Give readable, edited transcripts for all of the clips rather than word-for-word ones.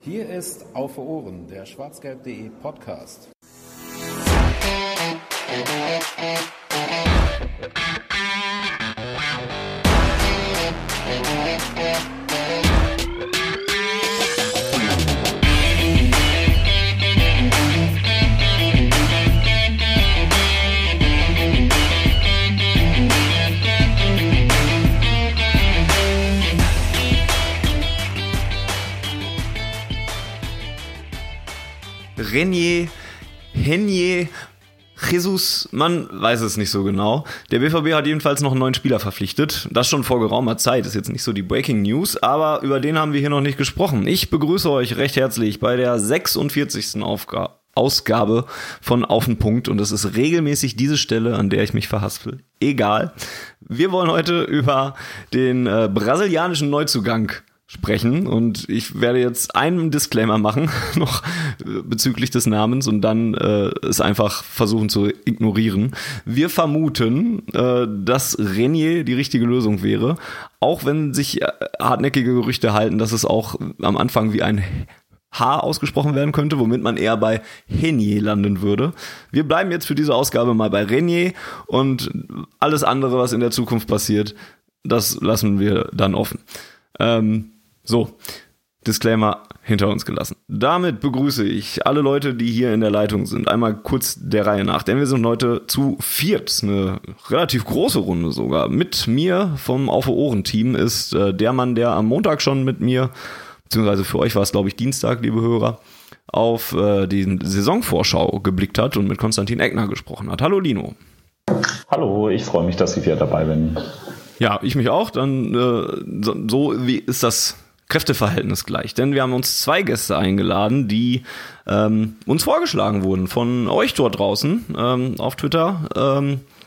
Hier ist Auf Ohren, der schwarzgelb.de Podcast. Renier, Henier, Jesus, man weiß es nicht so genau. Der BVB hat jedenfalls noch einen neuen Spieler verpflichtet. Das schon vor geraumer Zeit, ist jetzt nicht so die Breaking News, aber über den haben wir hier noch nicht gesprochen. Ich begrüße euch recht herzlich bei der 46. Ausgabe von Auf den Punkt und es ist regelmäßig diese Stelle, an der ich mich verhaspel. Egal. Wir wollen heute über den brasilianischen Neuzugang sprechen und ich werde jetzt einen Disclaimer machen, noch bezüglich des Namens und dann es einfach versuchen zu ignorieren. Wir vermuten, dass Renier die richtige Lösung wäre, auch wenn sich hartnäckige Gerüchte halten, dass es auch am Anfang wie ein H ausgesprochen werden könnte, womit man eher bei Henier landen würde. Wir bleiben jetzt für diese Ausgabe mal bei Renier und alles andere, was in der Zukunft passiert, das lassen wir dann offen. So, Disclaimer hinter uns gelassen. Damit begrüße ich alle Leute, die hier in der Leitung sind. Einmal kurz der Reihe nach, denn wir sind heute zu viert. Eine relativ große Runde sogar. Mit mir vom Auf Ohren Team ist der Mann, der am Montag schon mit mir, beziehungsweise für euch war es, glaube ich, Dienstag, liebe Hörer, auf die Saisonvorschau geblickt hat und mit Konstantin Eckner gesprochen hat. Hallo Lino. Hallo, ich freue mich, dass ich wieder dabei bin. Ja, ich mich auch. Dann so wie ist das Kräfteverhältnis gleich, denn wir haben uns zwei Gäste eingeladen, die uns vorgeschlagen wurden von euch dort draußen auf Twitter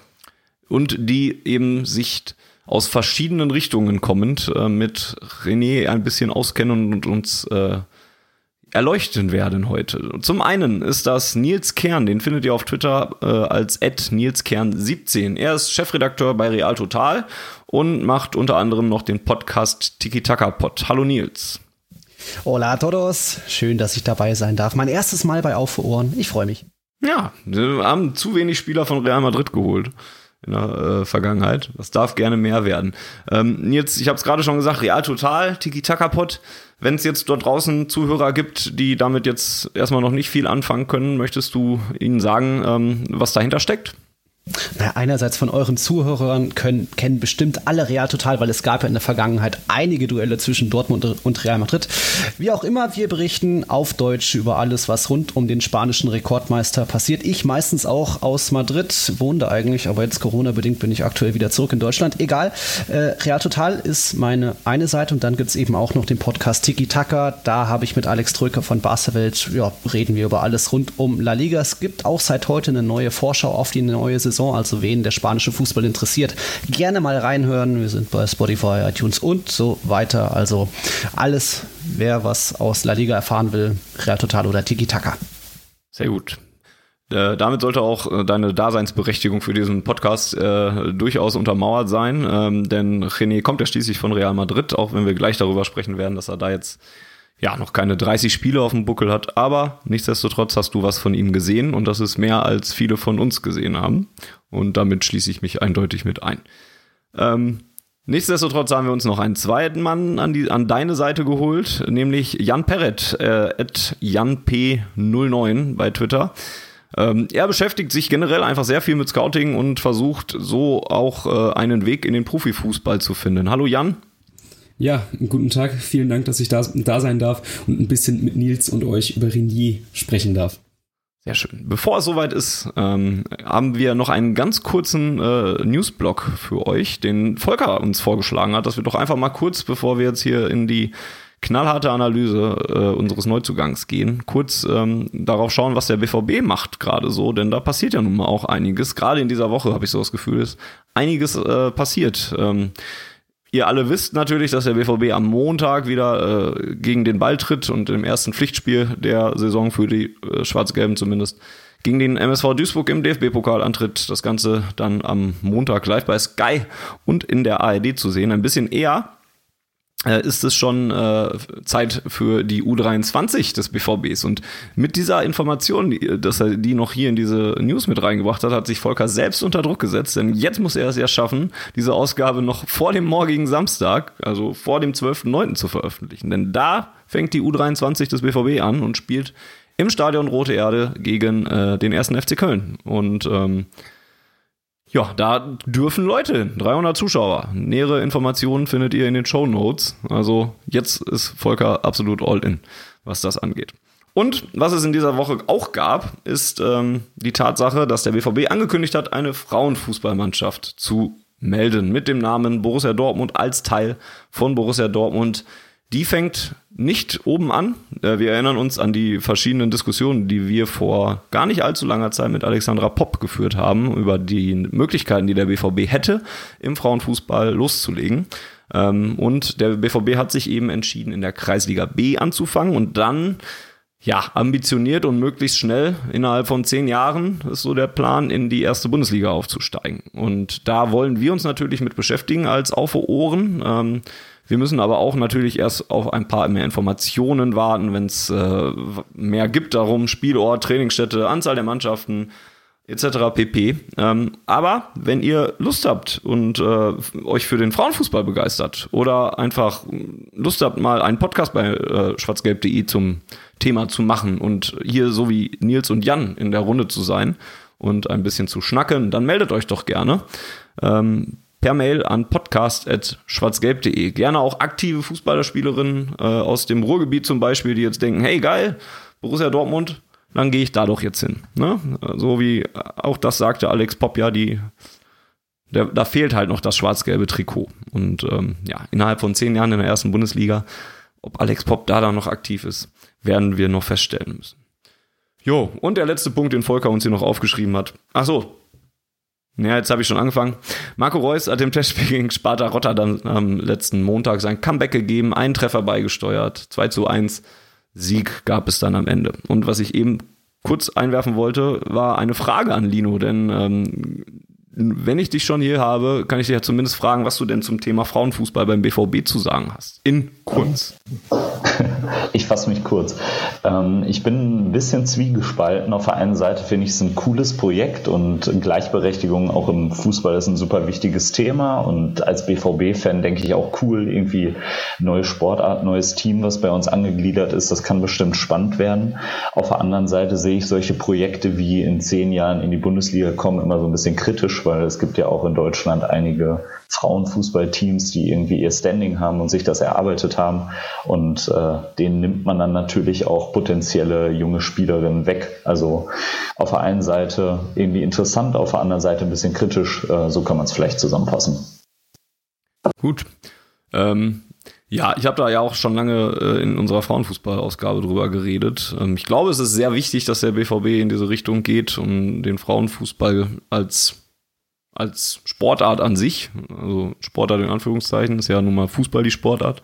und die eben sich aus verschiedenen Richtungen kommend mit René ein bisschen auskennen und uns erleuchten werden heute. Zum einen ist das Nils Kern, den findet ihr auf Twitter als @NilsKern17. Er ist Chefredakteur bei Real Total und macht unter anderem noch den Podcast Tiki Taka Pod. Hallo Nils. Hola a todos, schön, dass ich dabei sein darf. Mein erstes Mal bei Auf Ohren, ich freue mich. Ja, wir haben zu wenig Spieler von Real Madrid geholt in der Vergangenheit. Das darf gerne mehr werden. Nils, ich habe es gerade schon gesagt, Real Total, Tiki Taka Pod. Wenn es jetzt dort draußen Zuhörer gibt, die damit jetzt erstmal noch nicht viel anfangen können, möchtest du ihnen sagen, was dahinter steckt? Na, einerseits von euren Zuhörern kennen bestimmt alle Real Total, weil es gab ja in der Vergangenheit einige Duelle zwischen Dortmund und Real Madrid. Wie auch immer, wir berichten auf Deutsch über alles, was rund um den spanischen Rekordmeister passiert. Ich meistens auch aus Madrid, wohne da eigentlich, aber jetzt Corona-bedingt bin ich aktuell wieder zurück in Deutschland. Egal, Real Total ist meine eine Seite und dann gibt es eben auch noch den Podcast Tiki Taka. Da habe ich mit Alex Tröker von Barca-Welt, reden wir über alles rund um La Liga. Es gibt auch seit heute eine neue Vorschau auf die neue Saison. Also wen der spanische Fußball interessiert, gerne mal reinhören. Wir sind bei Spotify, iTunes und so weiter. Also alles, wer was aus La Liga erfahren will, Real Total oder Tiki Taka. Sehr gut. Damit sollte auch deine Daseinsberechtigung für diesen Podcast durchaus untermauert sein, denn René kommt ja schließlich von Real Madrid, auch wenn wir gleich darüber sprechen werden, dass er da jetzt noch keine 30 Spiele auf dem Buckel hat, aber nichtsdestotrotz hast du was von ihm gesehen und das ist mehr, als viele von uns gesehen haben und damit schließe ich mich eindeutig mit ein. Nichtsdestotrotz haben wir uns noch einen zweiten Mann an deine Seite geholt, nämlich Jan Perret, @JanP09 bei Twitter. Er beschäftigt sich generell einfach sehr viel mit Scouting und versucht so auch einen Weg in den Profifußball zu finden. Hallo Jan. Ja, guten Tag. Vielen Dank, dass ich da sein darf und ein bisschen mit Nils und euch über Renier sprechen darf. Sehr schön. Bevor es soweit ist, haben wir noch einen ganz kurzen Newsblock für euch, den Volker uns vorgeschlagen hat, dass wir doch einfach mal kurz, bevor wir jetzt hier in die knallharte Analyse unseres Neuzugangs gehen, kurz darauf schauen, was der BVB macht gerade so, denn da passiert ja nun mal auch einiges. Gerade in dieser Woche habe ich so das Gefühl, ist einiges passiert. Ihr alle wisst natürlich, dass der BVB am Montag wieder gegen den Ball tritt und im ersten Pflichtspiel der Saison für die Schwarz-Gelben zumindest gegen den MSV Duisburg im DFB-Pokal antritt. Das Ganze dann am Montag live bei Sky und in der ARD zu sehen. Ein bisschen eher ist es schon Zeit für die U23 des BVBs. Und mit dieser Information, dass er die noch hier in diese News mit reingebracht hat, hat sich Volker selbst unter Druck gesetzt. Denn jetzt muss er es ja schaffen, diese Ausgabe noch vor dem morgigen Samstag, also vor dem 12.09. zu veröffentlichen. Denn da fängt die U23 des BVB an und spielt im Stadion Rote Erde gegen den 1. FC Köln. Und ja, da dürfen Leute hin, 300 Zuschauer. Nähere Informationen findet ihr in den Shownotes. Also jetzt ist Volker absolut all in, was das angeht. Und was es in dieser Woche auch gab, ist die Tatsache, dass der BVB angekündigt hat, eine Frauenfußballmannschaft zu melden mit dem Namen Borussia Dortmund als Teil von Borussia Dortmund. Die fängt nicht oben an. Wir erinnern uns an die verschiedenen Diskussionen, die wir vor gar nicht allzu langer Zeit mit Alexandra Popp geführt haben, über die Möglichkeiten, die der BVB hätte, im Frauenfußball loszulegen. Und der BVB hat sich eben entschieden, in der Kreisliga B anzufangen und dann, ja, ambitioniert und möglichst schnell innerhalb von 10 Jahren ist so der Plan, in die erste Bundesliga aufzusteigen. Und da wollen wir uns natürlich mit beschäftigen als Auf Ohren. Wir müssen aber auch natürlich erst auf ein paar mehr Informationen warten, wenn es mehr gibt darum, Spielort, Trainingsstätte, Anzahl der Mannschaften etc. pp. Aber wenn ihr Lust habt und euch für den Frauenfußball begeistert oder einfach Lust habt, mal einen Podcast bei schwarzgelb.de zum Thema zu machen und hier so wie Nils und Jan in der Runde zu sein und ein bisschen zu schnacken, dann meldet euch doch gerne. Per Mail an podcast@schwarzgelb.de. Gerne auch aktive Fußballerspielerinnen aus dem Ruhrgebiet zum Beispiel, die jetzt denken, hey geil, Borussia Dortmund, dann gehe ich da doch jetzt hin. Ne? So wie auch das sagte Alex Popp, ja, da fehlt halt noch das schwarz-gelbe Trikot. Und ja, innerhalb von 10 Jahren in der ersten Bundesliga, ob Alex Popp da dann noch aktiv ist, werden wir noch feststellen müssen. Jo, und der letzte Punkt, den Volker uns hier noch aufgeschrieben hat. Ach so. Ja, jetzt habe ich schon angefangen. Marco Reus hat dem Testspiel gegen Sparta Rotterdam am letzten Montag sein Comeback gegeben, einen Treffer beigesteuert, 2:1 Sieg gab es dann am Ende. Und was ich eben kurz einwerfen wollte, war eine Frage an Lino, denn wenn ich dich schon hier habe, kann ich dich ja zumindest fragen, was du denn zum Thema Frauenfußball beim BVB zu sagen hast. In kurz. Ich fasse mich kurz. Ich bin ein bisschen zwiegespalten. Auf der einen Seite finde ich es ein cooles Projekt und Gleichberechtigung auch im Fußball ist ein super wichtiges Thema. Und als BVB-Fan denke ich auch cool, irgendwie neue Sportart, neues Team, was bei uns angegliedert ist. Das kann bestimmt spannend werden. Auf der anderen Seite sehe ich solche Projekte wie in 10 Jahren in die Bundesliga kommen immer so ein bisschen kritisch, weil es gibt ja auch in Deutschland einige Frauenfußballteams, die irgendwie ihr Standing haben und sich das erarbeitet haben. Und denen nimmt man dann natürlich auch potenzielle junge Spielerinnen weg. Also auf der einen Seite irgendwie interessant, auf der anderen Seite ein bisschen kritisch. So kann man es vielleicht zusammenfassen. Gut. Ja, ich habe da ja auch schon lange in unserer Frauenfußballausgabe drüber geredet. Ich glaube, es ist sehr wichtig, dass der BVB in diese Richtung geht, um den Frauenfußball als Sportart an sich, also Sportart in Anführungszeichen, ist ja nun mal Fußball die Sportart,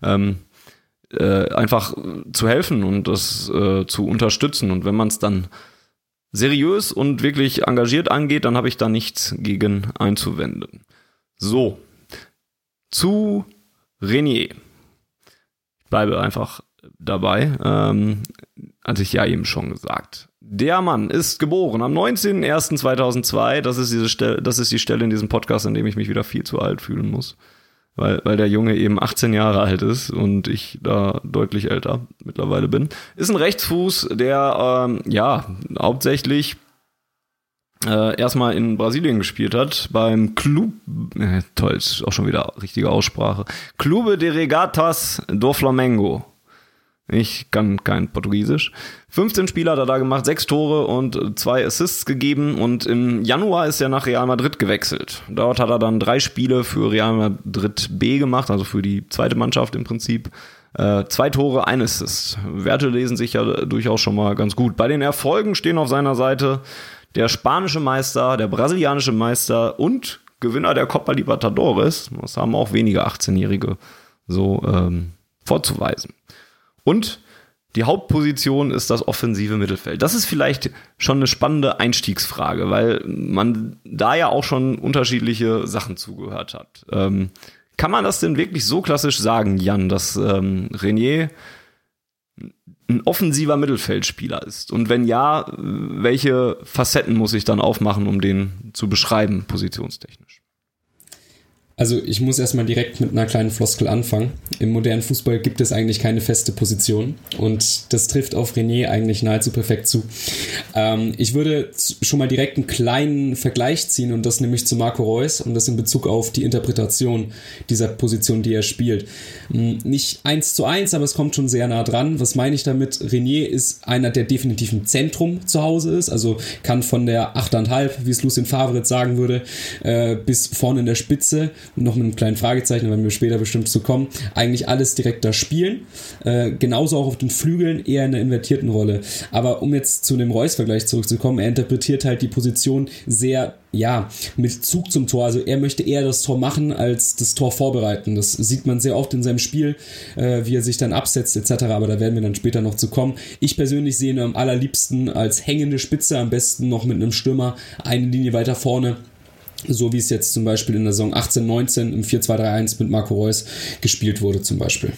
einfach zu helfen und das zu unterstützen. Und wenn man es dann seriös und wirklich engagiert angeht, dann habe ich da nichts gegen einzuwenden. So, zu Renier. Ich bleibe einfach dabei, hatte ich ja eben schon gesagt. Der Mann ist geboren am 19.01.2002. Das ist die Stelle in diesem Podcast, in dem ich mich wieder viel zu alt fühlen muss. Weil der Junge eben 18 Jahre alt ist und ich da deutlich älter mittlerweile bin. Ist ein Rechtsfuß, der hauptsächlich erstmal in Brasilien gespielt hat, beim Club, toll, ist auch schon wieder richtige Aussprache, Clube de Regatas do Flamengo. Ich kann kein Portugiesisch. 15 Spiele hat er da gemacht, 6 Tore und 2 Assists gegeben und im Januar ist er nach Real Madrid gewechselt. Dort hat er dann 3 Spiele für Real Madrid B gemacht, also für die zweite Mannschaft im Prinzip. 2 Tore, 1 Assist. Werte lesen sich ja durchaus schon mal ganz gut. Bei den Erfolgen stehen auf seiner Seite der spanische Meister, der brasilianische Meister und Gewinner der Copa Libertadores. Das haben auch wenige 18-Jährige so vorzuweisen. Und die Hauptposition ist das offensive Mittelfeld. Das ist vielleicht schon eine spannende Einstiegsfrage, weil man da ja auch schon unterschiedliche Sachen zugehört hat. Kann man das denn wirklich so klassisch sagen, Jan, dass Renier ein offensiver Mittelfeldspieler ist? Und wenn ja, welche Facetten muss ich dann aufmachen, um den zu beschreiben, positionstechnisch? Also ich muss erstmal direkt mit einer kleinen Floskel anfangen. Im modernen Fußball gibt es eigentlich keine feste Position und das trifft auf Renier eigentlich nahezu perfekt zu. Ich würde schon mal direkt einen kleinen Vergleich ziehen und das nämlich zu Marco Reus und das in Bezug auf die Interpretation dieser Position, die er spielt. Nicht 1:1, aber es kommt schon sehr nah dran. Was meine ich damit? Renier ist einer, der definitiv im Zentrum zu Hause ist, also kann von der 8,5, wie es Lucien Favre jetzt sagen würde, bis vorne in der Spitze, noch mit einem kleinen Fragezeichen, wenn wir später bestimmt zu kommen, eigentlich alles direkt da spielen. Genauso auch auf den Flügeln, eher in der invertierten Rolle. Aber um jetzt zu dem Reus-Vergleich zurückzukommen, er interpretiert halt die Position sehr, mit Zug zum Tor. Also er möchte eher das Tor machen, als das Tor vorbereiten. Das sieht man sehr oft in seinem Spiel, wie er sich dann absetzt etc., aber da werden wir dann später noch zu kommen. Ich persönlich sehe ihn am allerliebsten als hängende Spitze, am besten noch mit einem Stürmer eine Linie weiter vorne. So wie es jetzt zum Beispiel in der Saison 18/19 im 4-2-3-1 mit Marco Reus gespielt wurde zum Beispiel.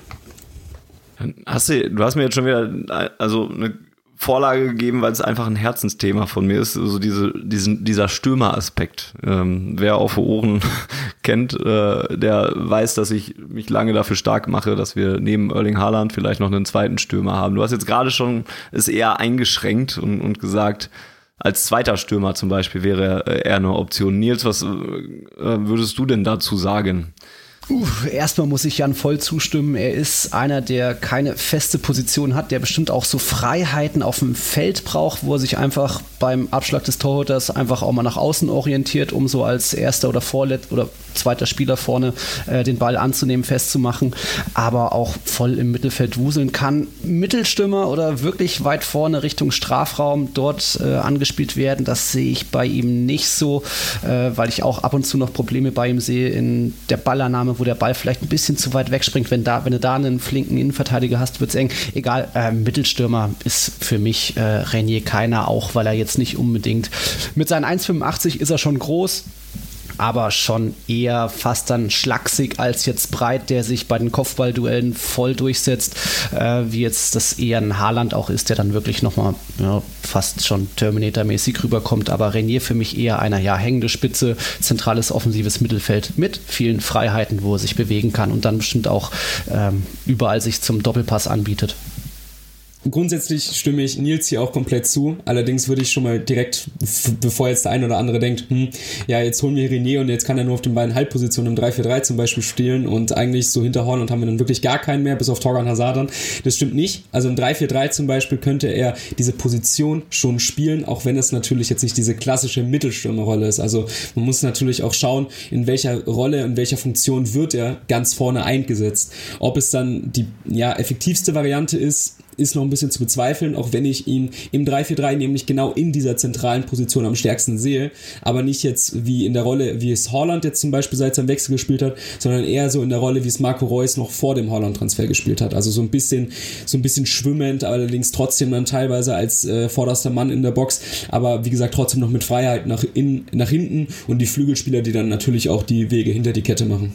Du hast mir jetzt schon wieder eine Vorlage gegeben, weil es einfach ein Herzensthema von mir ist, also dieser Stürmeraspekt. Wer auf Ohren kennt, der weiß, dass ich mich lange dafür stark mache, dass wir neben Erling Haaland vielleicht noch einen zweiten Stürmer haben. Du hast jetzt gerade schon es eher eingeschränkt und gesagt, als zweiter Stürmer zum Beispiel wäre eher eine Option. Nils, was würdest du denn dazu sagen? Erstmal muss ich Jan voll zustimmen. Er ist einer, der keine feste Position hat, der bestimmt auch so Freiheiten auf dem Feld braucht, wo er sich einfach beim Abschlag des Torhüters einfach auch mal nach außen orientiert, um so als erster oder zweiter Spieler vorne den Ball anzunehmen, festzumachen, aber auch voll im Mittelfeld wuseln kann. Mittelstürmer oder wirklich weit vorne Richtung Strafraum dort angespielt werden, das sehe ich bei ihm nicht so, weil ich auch ab und zu noch Probleme bei ihm sehe in der Ballannahme, wo der Ball vielleicht ein bisschen zu weit wegspringt. Wenn du da einen flinken Innenverteidiger hast, wird es eng. Egal, Mittelstürmer ist für mich Renier keiner, auch weil er jetzt nicht unbedingt mit seinen 1,85 ist er schon groß, aber schon eher fast dann schlaksig als jetzt breit, der sich bei den Kopfballduellen voll durchsetzt, wie jetzt das eher ein Haaland auch ist, der dann wirklich nochmal fast schon Terminator-mäßig rüberkommt. Aber Renier für mich eher einer hängende Spitze, zentrales offensives Mittelfeld mit vielen Freiheiten, wo er sich bewegen kann und dann bestimmt auch überall sich zum Doppelpass anbietet. Grundsätzlich stimme ich Nils hier auch komplett zu. Allerdings würde ich schon mal direkt, bevor jetzt der ein oder andere denkt, jetzt holen wir Renier und jetzt kann er nur auf den beiden Halbpositionen im 3-4-3 zum Beispiel spielen und eigentlich so hinter Haaland haben wir dann wirklich gar keinen mehr, bis auf Thorgan Hazard dann. Das stimmt nicht. Also im 3-4-3 zum Beispiel könnte er diese Position schon spielen, auch wenn es natürlich jetzt nicht diese klassische Mittelstürmerrolle ist. Also man muss natürlich auch schauen, in welcher Rolle, in welcher Funktion wird er ganz vorne eingesetzt. Ob es dann die effektivste Variante ist noch ein bisschen zu bezweifeln, auch wenn ich ihn im 3-4-3 nämlich genau in dieser zentralen Position am stärksten sehe, aber nicht jetzt wie in der Rolle, wie es Haaland jetzt zum Beispiel seit seinem Wechsel gespielt hat, sondern eher so in der Rolle, wie es Marco Reus noch vor dem Haaland-Transfer gespielt hat. Also so ein bisschen schwimmend, allerdings trotzdem dann teilweise als vorderster Mann in der Box, aber wie gesagt trotzdem noch mit Freiheit nach hinten und die Flügelspieler, die dann natürlich auch die Wege hinter die Kette machen.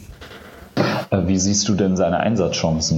Wie siehst du denn seine Einsatzchancen?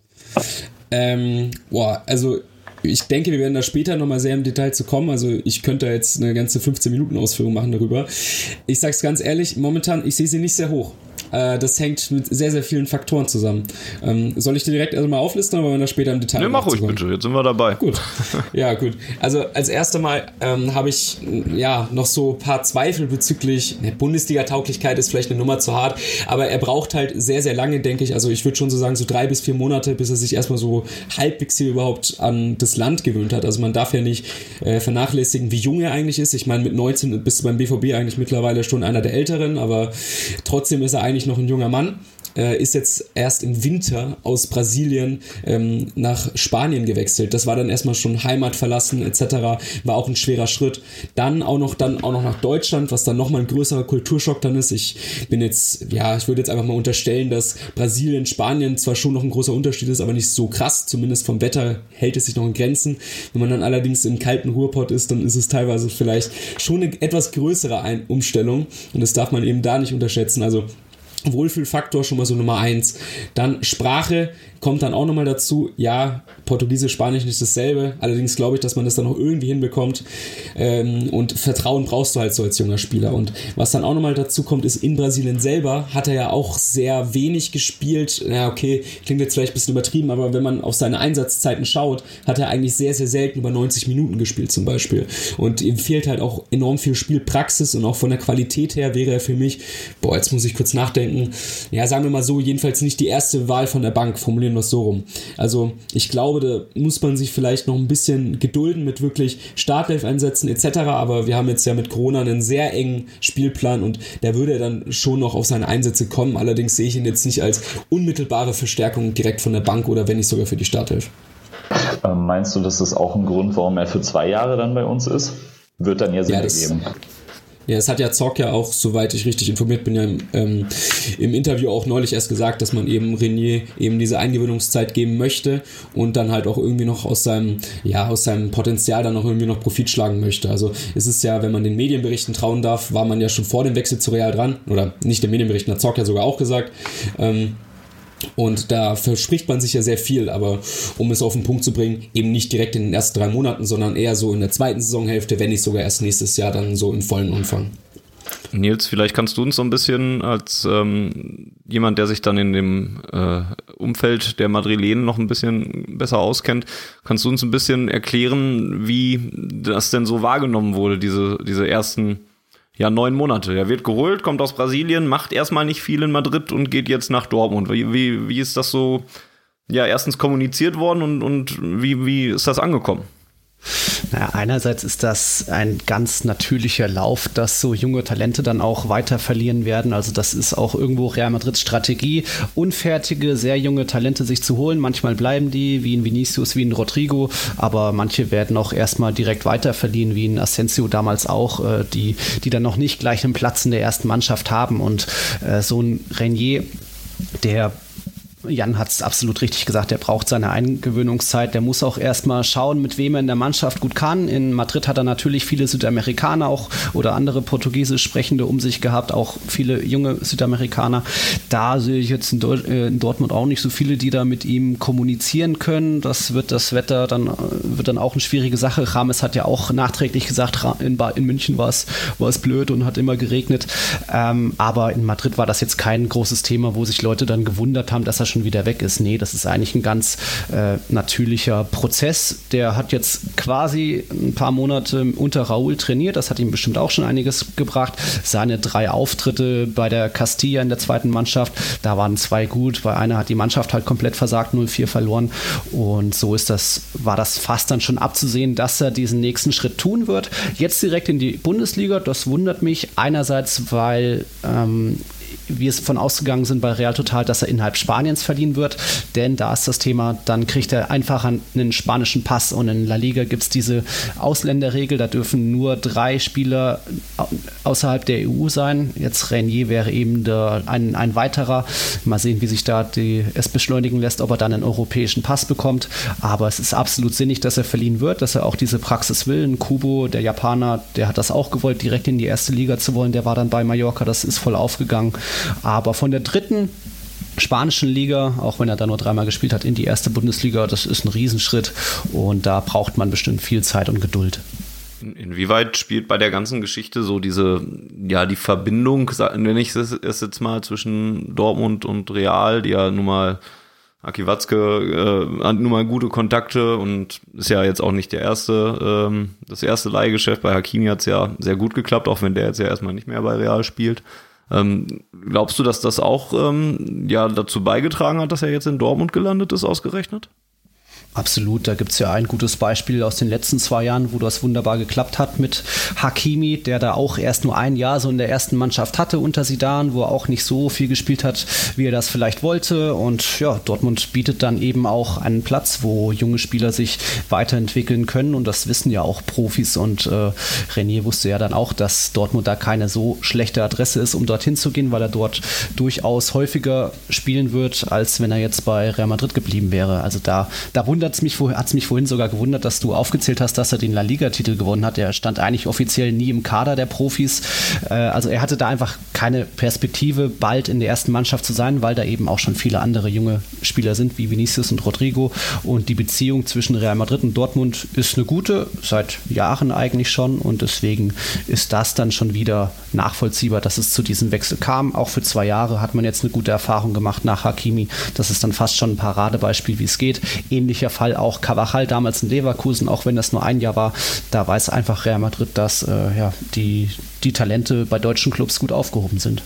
Also ich denke, wir werden da später nochmal sehr im Detail zu kommen. Also ich könnte jetzt eine ganze 15-Minuten-Ausführung machen darüber. Ich sag's ganz ehrlich, momentan, ich sehe sie nicht sehr hoch. Das hängt mit sehr, sehr vielen Faktoren zusammen. Soll ich dir direkt erstmal auflisten, oder wollen wir da später im Detail? Mach ruhig bitte, jetzt sind wir dabei. Gut. Ja, gut. Also als erstes Mal habe ich noch so ein paar Zweifel bezüglich Bundesliga-Tauglichkeit ist vielleicht eine Nummer zu hart, aber er braucht halt sehr, sehr lange, denke ich. Also ich würde schon so sagen, so 3 bis 4 Monate, bis er sich erstmal so halbwegs hier überhaupt an das Land gewöhnt hat. Also man darf ja nicht vernachlässigen, wie jung er eigentlich ist. Ich meine, mit 19 bist du beim BVB eigentlich mittlerweile schon einer der Älteren, aber trotzdem ist er eigentlich noch ein junger Mann. Ist jetzt erst im Winter aus Brasilien nach Spanien gewechselt. Das war dann erstmal schon Heimat verlassen etc. War auch ein schwerer Schritt. Dann auch noch nach Deutschland, was dann nochmal ein größerer Kulturschock dann ist. Ich würde jetzt einfach mal unterstellen, dass Brasilien, Spanien zwar schon noch ein großer Unterschied ist, aber nicht so krass. Zumindest vom Wetter hält es sich noch in Grenzen. Wenn man dann allerdings im kalten Ruhrpott ist, dann ist es teilweise vielleicht schon eine etwas größere Umstellung. Und das darf man eben da nicht unterschätzen. Also Wohlfühlfaktor schon mal so Nummer 1. Dann Sprache kommt dann auch nochmal dazu. Ja, Portugiesisch, Spanisch nicht dasselbe. Allerdings glaube ich, dass man das dann noch irgendwie hinbekommt. Und Vertrauen brauchst du halt so als junger Spieler. Und was dann auch nochmal dazu kommt, ist, in Brasilien selber hat er ja auch sehr wenig gespielt. Ja, okay, klingt jetzt vielleicht ein bisschen übertrieben, aber wenn man auf seine Einsatzzeiten schaut, hat er eigentlich sehr, sehr selten über 90 Minuten gespielt zum Beispiel. Und ihm fehlt halt auch enorm viel Spielpraxis und auch von der Qualität her wäre er für mich, jetzt muss ich kurz nachdenken, ja, sagen wir mal so, jedenfalls nicht die erste Wahl von der Bank, formulieren wir es so rum. Also ich glaube, da muss man sich vielleicht noch ein bisschen gedulden mit wirklich Startelf-Einsätzen etc., aber wir haben jetzt ja mit Corona einen sehr engen Spielplan und der würde dann schon noch auf seine Einsätze kommen. Allerdings sehe ich ihn jetzt nicht als unmittelbare Verstärkung direkt von der Bank oder wenn nicht sogar für die Startelf. Meinst du, das ist auch ein Grund, warum er für 2 Jahre dann bei uns ist? Wird dann ja Sinn ergeben. Ja, es hat ja Zorc ja auch, soweit ich richtig informiert bin, ja im Interview auch neulich erst gesagt, dass man eben Renier eben diese Eingewöhnungszeit geben möchte und dann halt auch irgendwie noch aus seinem Potenzial dann auch irgendwie noch Profit schlagen möchte. Also es ist ja, wenn man den Medienberichten trauen darf, war man ja schon vor dem Wechsel zu Real dran, oder nicht den Medienberichten, hat Zorc ja sogar auch gesagt, und da verspricht man sich ja sehr viel, aber um es auf den Punkt zu bringen, eben nicht direkt in den ersten 3 Monaten, sondern eher so in der zweiten Saisonhälfte, wenn nicht sogar erst nächstes Jahr dann so im vollen Umfang. Nils, vielleicht kannst du uns so ein bisschen als jemand, der sich dann in dem Umfeld der Madrilenen noch ein bisschen besser auskennt, kannst du uns ein bisschen erklären, wie das denn so wahrgenommen wurde, diese ersten 9 Monate. Er wird geholt, kommt aus Brasilien, macht erstmal nicht viel in Madrid und geht jetzt nach Dortmund. Wie ist das so, erstens kommuniziert worden und wie ist das angekommen? Naja, einerseits ist das ein ganz natürlicher Lauf, dass so junge Talente dann auch weiter verlieren werden. Also das ist auch irgendwo Real Madrids Strategie, unfertige, sehr junge Talente sich zu holen. Manchmal bleiben die, wie in Vinicius, wie in Rodrigo, aber manche werden auch erstmal direkt weiter verliehen, wie in Asensio damals auch, die dann noch nicht gleich einen Platz in der ersten Mannschaft haben. Und so ein Renier, Jan hat es absolut richtig gesagt, der braucht seine Eingewöhnungszeit, der muss auch erstmal schauen, mit wem er in der Mannschaft gut kann. In Madrid hat er natürlich viele Südamerikaner auch oder andere Portugiesisch Sprechende um sich gehabt, auch viele junge Südamerikaner. Da sehe ich jetzt in Dortmund auch nicht so viele, die da mit ihm kommunizieren können. Das Wetter wird dann auch eine schwierige Sache. James hat ja auch nachträglich gesagt, in München war es blöd und hat immer geregnet. Aber in Madrid war das jetzt kein großes Thema, wo sich Leute dann gewundert haben, dass er schon wieder weg ist. Nee, das ist eigentlich ein ganz natürlicher Prozess. Der hat jetzt quasi ein paar Monate unter Raúl trainiert. Das hat ihm bestimmt auch schon einiges gebracht. Seine 3 Auftritte bei der Castilla in der zweiten Mannschaft, da waren 2 gut. Bei einer hat die Mannschaft halt komplett versagt, 0-4 verloren. Und so war das fast dann schon abzusehen, dass er diesen nächsten Schritt tun wird. Jetzt direkt in die Bundesliga, das wundert mich. Einerseits, weil wir es von ausgegangen sind bei Real Total, dass er innerhalb Spaniens verliehen wird, denn da ist das Thema, dann kriegt er einfach einen spanischen Pass und in La Liga gibt es diese Ausländerregel, da dürfen nur 3 Spieler außerhalb der EU sein. Jetzt Renier wäre eben ein weiterer. Mal sehen, wie sich da es beschleunigen lässt, ob er dann einen europäischen Pass bekommt, aber es ist absolut sinnig, dass er verliehen wird, dass er auch diese Praxis will. Ein Kubo, der Japaner, der hat das auch gewollt, direkt in die erste Liga zu wollen, der war dann bei Mallorca, das ist voll aufgegangen. Aber von der dritten spanischen Liga, auch wenn er da nur 3-mal gespielt hat, in die erste Bundesliga, das ist ein Riesenschritt und da braucht man bestimmt viel Zeit und Geduld. Inwieweit spielt bei der ganzen Geschichte so die Verbindung, nenne ich es jetzt mal, zwischen Dortmund und Real, die ja nun mal Aki Watzke hat nun mal gute Kontakte und ist ja jetzt auch nicht das erste Leihgeschäft. Bei Hakimi hat es ja sehr gut geklappt, auch wenn der jetzt ja erstmal nicht mehr bei Real spielt. Glaubst du, dass das auch dazu beigetragen hat, dass er jetzt in Dortmund gelandet ist, ausgerechnet? Absolut, da gibt es ja ein gutes Beispiel aus den letzten 2 Jahren, wo das wunderbar geklappt hat mit Hakimi, der da auch erst nur 1 Jahr so in der ersten Mannschaft hatte unter Zidane, wo er auch nicht so viel gespielt hat, wie er das vielleicht wollte. Und ja, Dortmund bietet dann eben auch einen Platz, wo junge Spieler sich weiterentwickeln können und das wissen ja auch Profis und Renier wusste ja dann auch, dass Dortmund da keine so schlechte Adresse ist, um dorthin zu gehen, weil er dort durchaus häufiger spielen wird, als wenn er jetzt bei Real Madrid geblieben wäre. Also da hat es mich vorhin sogar gewundert, dass du aufgezählt hast, dass er den La Liga-Titel gewonnen hat. Er stand eigentlich offiziell nie im Kader der Profis. Also er hatte da einfach keine Perspektive, bald in der ersten Mannschaft zu sein, weil da eben auch schon viele andere junge Spieler sind, wie Vinicius und Rodrigo. Und die Beziehung zwischen Real Madrid und Dortmund ist eine gute, seit Jahren eigentlich schon. Und deswegen ist das dann schon wieder nachvollziehbar, dass es zu diesem Wechsel kam. Auch für 2 Jahre hat man jetzt eine gute Erfahrung gemacht nach Hakimi. Das ist dann fast schon ein Paradebeispiel, wie es geht. Ähnlicher Fall auch Carvajal damals in Leverkusen, auch wenn das nur 1 Jahr war. Da weiß einfach Real Madrid, dass die Talente bei deutschen Clubs gut aufgehoben sind.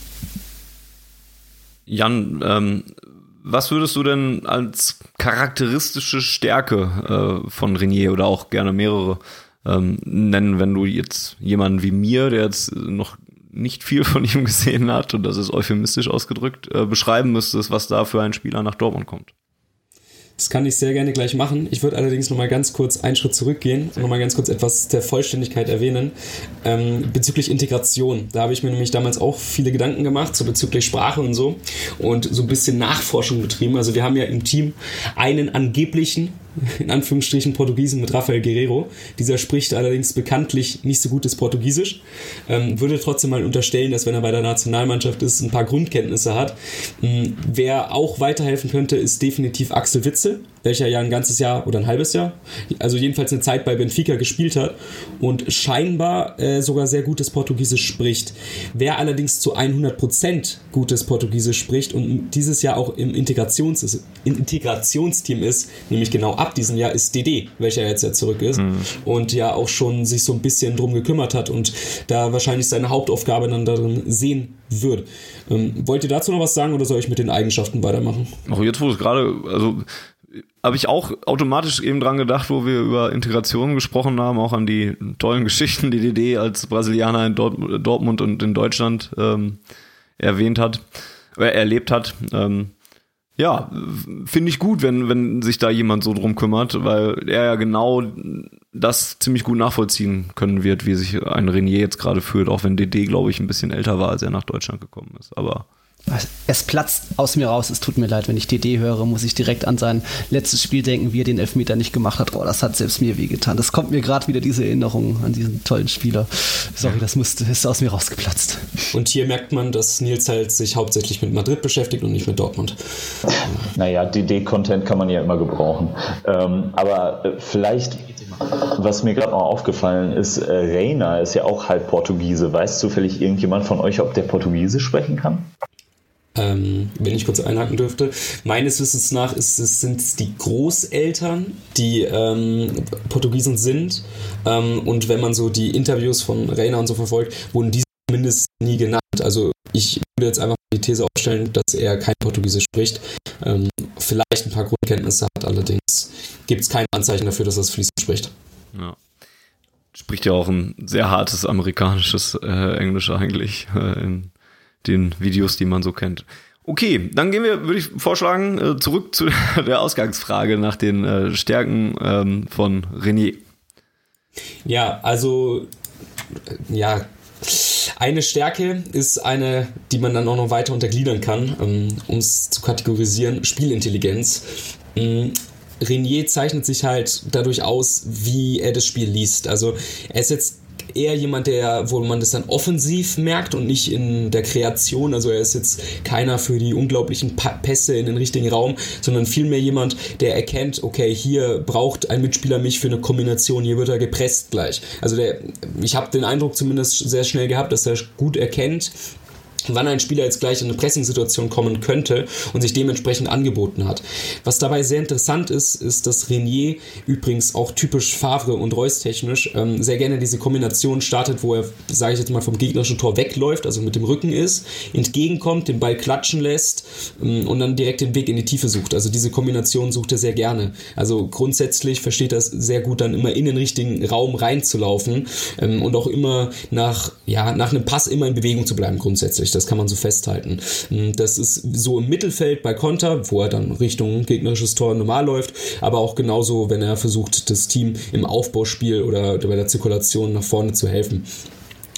Jan, was würdest du denn als charakteristische Stärke von Renier oder auch gerne mehrere nennen, wenn du jetzt jemanden wie mir, der jetzt noch nicht viel von ihm gesehen hat, und das ist euphemistisch ausgedrückt, beschreiben müsstest, was da für ein Spieler nach Dortmund kommt? Das kann ich sehr gerne gleich machen. Ich würde allerdings nochmal ganz kurz einen Schritt zurückgehen und nochmal ganz kurz etwas der Vollständigkeit erwähnen. Bezüglich Integration. Da habe ich mir nämlich damals auch viele Gedanken gemacht, so bezüglich Sprache und so. Und so ein bisschen Nachforschung betrieben. Also wir haben ja im Team einen angeblichen, in Anführungsstrichen, Portugiesen mit Rafael Guerreiro. Dieser spricht allerdings bekanntlich nicht so gutes Portugiesisch. Würde trotzdem mal unterstellen, dass wenn er bei der Nationalmannschaft ist, ein paar Grundkenntnisse hat. Wer auch weiterhelfen könnte, ist definitiv Axel Witsel, welcher ja ein ganzes Jahr oder ein halbes Jahr, also jedenfalls eine Zeit bei Benfica gespielt hat und scheinbar sogar sehr gutes Portugiesisch spricht. Wer allerdings zu 100% gutes Portugiesisch spricht und dieses Jahr auch im Integrationsteam ist, nämlich genau ab diesem Jahr, ist Dede, welcher jetzt ja zurück ist und ja auch schon sich so ein bisschen drum gekümmert hat und da wahrscheinlich seine Hauptaufgabe dann darin sehen wird. Wollt ihr dazu noch was sagen oder soll ich mit den Eigenschaften weitermachen? Auch jetzt, wo es gerade, also habe ich auch automatisch eben dran gedacht, wo wir über Integration gesprochen haben, auch an die tollen Geschichten, die Dede als Brasilianer in Dortmund und in Deutschland erlebt hat. Ja, finde ich gut, wenn sich da jemand so drum kümmert, weil er ja genau das ziemlich gut nachvollziehen können wird, wie sich ein Renier jetzt gerade fühlt, auch wenn Dede, glaube ich, ein bisschen älter war, als er nach Deutschland gekommen ist, aber es platzt aus mir raus, es tut mir leid, wenn ich Dede höre, muss ich direkt an sein letztes Spiel denken, wie er den Elfmeter nicht gemacht hat. Oh, das hat selbst mir wehgetan. Das kommt mir gerade wieder, diese Erinnerung an diesen tollen Spieler. Sorry, das ist aus mir rausgeplatzt. Und hier merkt man, dass Nils halt sich hauptsächlich mit Madrid beschäftigt und nicht mit Dortmund. Naja, Dede-Content kann man ja immer gebrauchen. Aber vielleicht, was mir gerade noch aufgefallen ist, Reina ist ja auch halb Portugiese. Weiß zufällig irgendjemand von euch, ob der Portugiesisch sprechen kann? Wenn ich kurz einhaken dürfte, meines Wissens nach sind es die Großeltern, die Portugiesen sind, und wenn man so die Interviews von Reina und so verfolgt, wurden diese zumindest nie genannt. Also ich würde jetzt einfach die These aufstellen, dass er kein Portugiesisch spricht, vielleicht ein paar Grundkenntnisse hat, allerdings gibt es keine Anzeichen dafür, dass er es fließend spricht. Ja. Spricht ja auch ein sehr hartes amerikanisches Englisch eigentlich in den Videos, die man so kennt. Okay, dann gehen wir, würde ich vorschlagen, zurück zu der Ausgangsfrage nach den Stärken von Renier. Ja, also, ja, eine Stärke ist eine, die man dann auch noch weiter untergliedern kann, um es zu kategorisieren, Spielintelligenz. Renier zeichnet sich halt dadurch aus, wie er das Spiel liest. Also er ist jetzt eher jemand, wo man das dann offensiv merkt und nicht in der Kreation. Also er ist jetzt keiner für die unglaublichen Pässe in den richtigen Raum, sondern vielmehr jemand, der erkennt, okay, hier braucht ein Mitspieler mich für eine Kombination, hier wird er gepresst gleich. Also ich habe den Eindruck zumindest sehr schnell gehabt, dass er gut erkennt, wann ein Spieler jetzt gleich in eine Pressing-Situation kommen könnte und sich dementsprechend angeboten hat. Was dabei sehr interessant ist, dass Renier, übrigens auch typisch Favre und Reus technisch, sehr gerne diese Kombination startet, wo er, sage ich jetzt mal, vom gegnerischen Tor wegläuft, also mit dem Rücken ist, entgegenkommt, den Ball klatschen lässt und dann direkt den Weg in die Tiefe sucht. Also diese Kombination sucht er sehr gerne. Also grundsätzlich versteht er es sehr gut, dann immer in den richtigen Raum reinzulaufen und auch immer nach einem Pass immer in Bewegung zu bleiben grundsätzlich. Das kann man so festhalten. Das ist so im Mittelfeld bei Konter, wo er dann Richtung gegnerisches Tor normal läuft, aber auch genauso, wenn er versucht, das Team im Aufbauspiel oder bei der Zirkulation nach vorne zu helfen.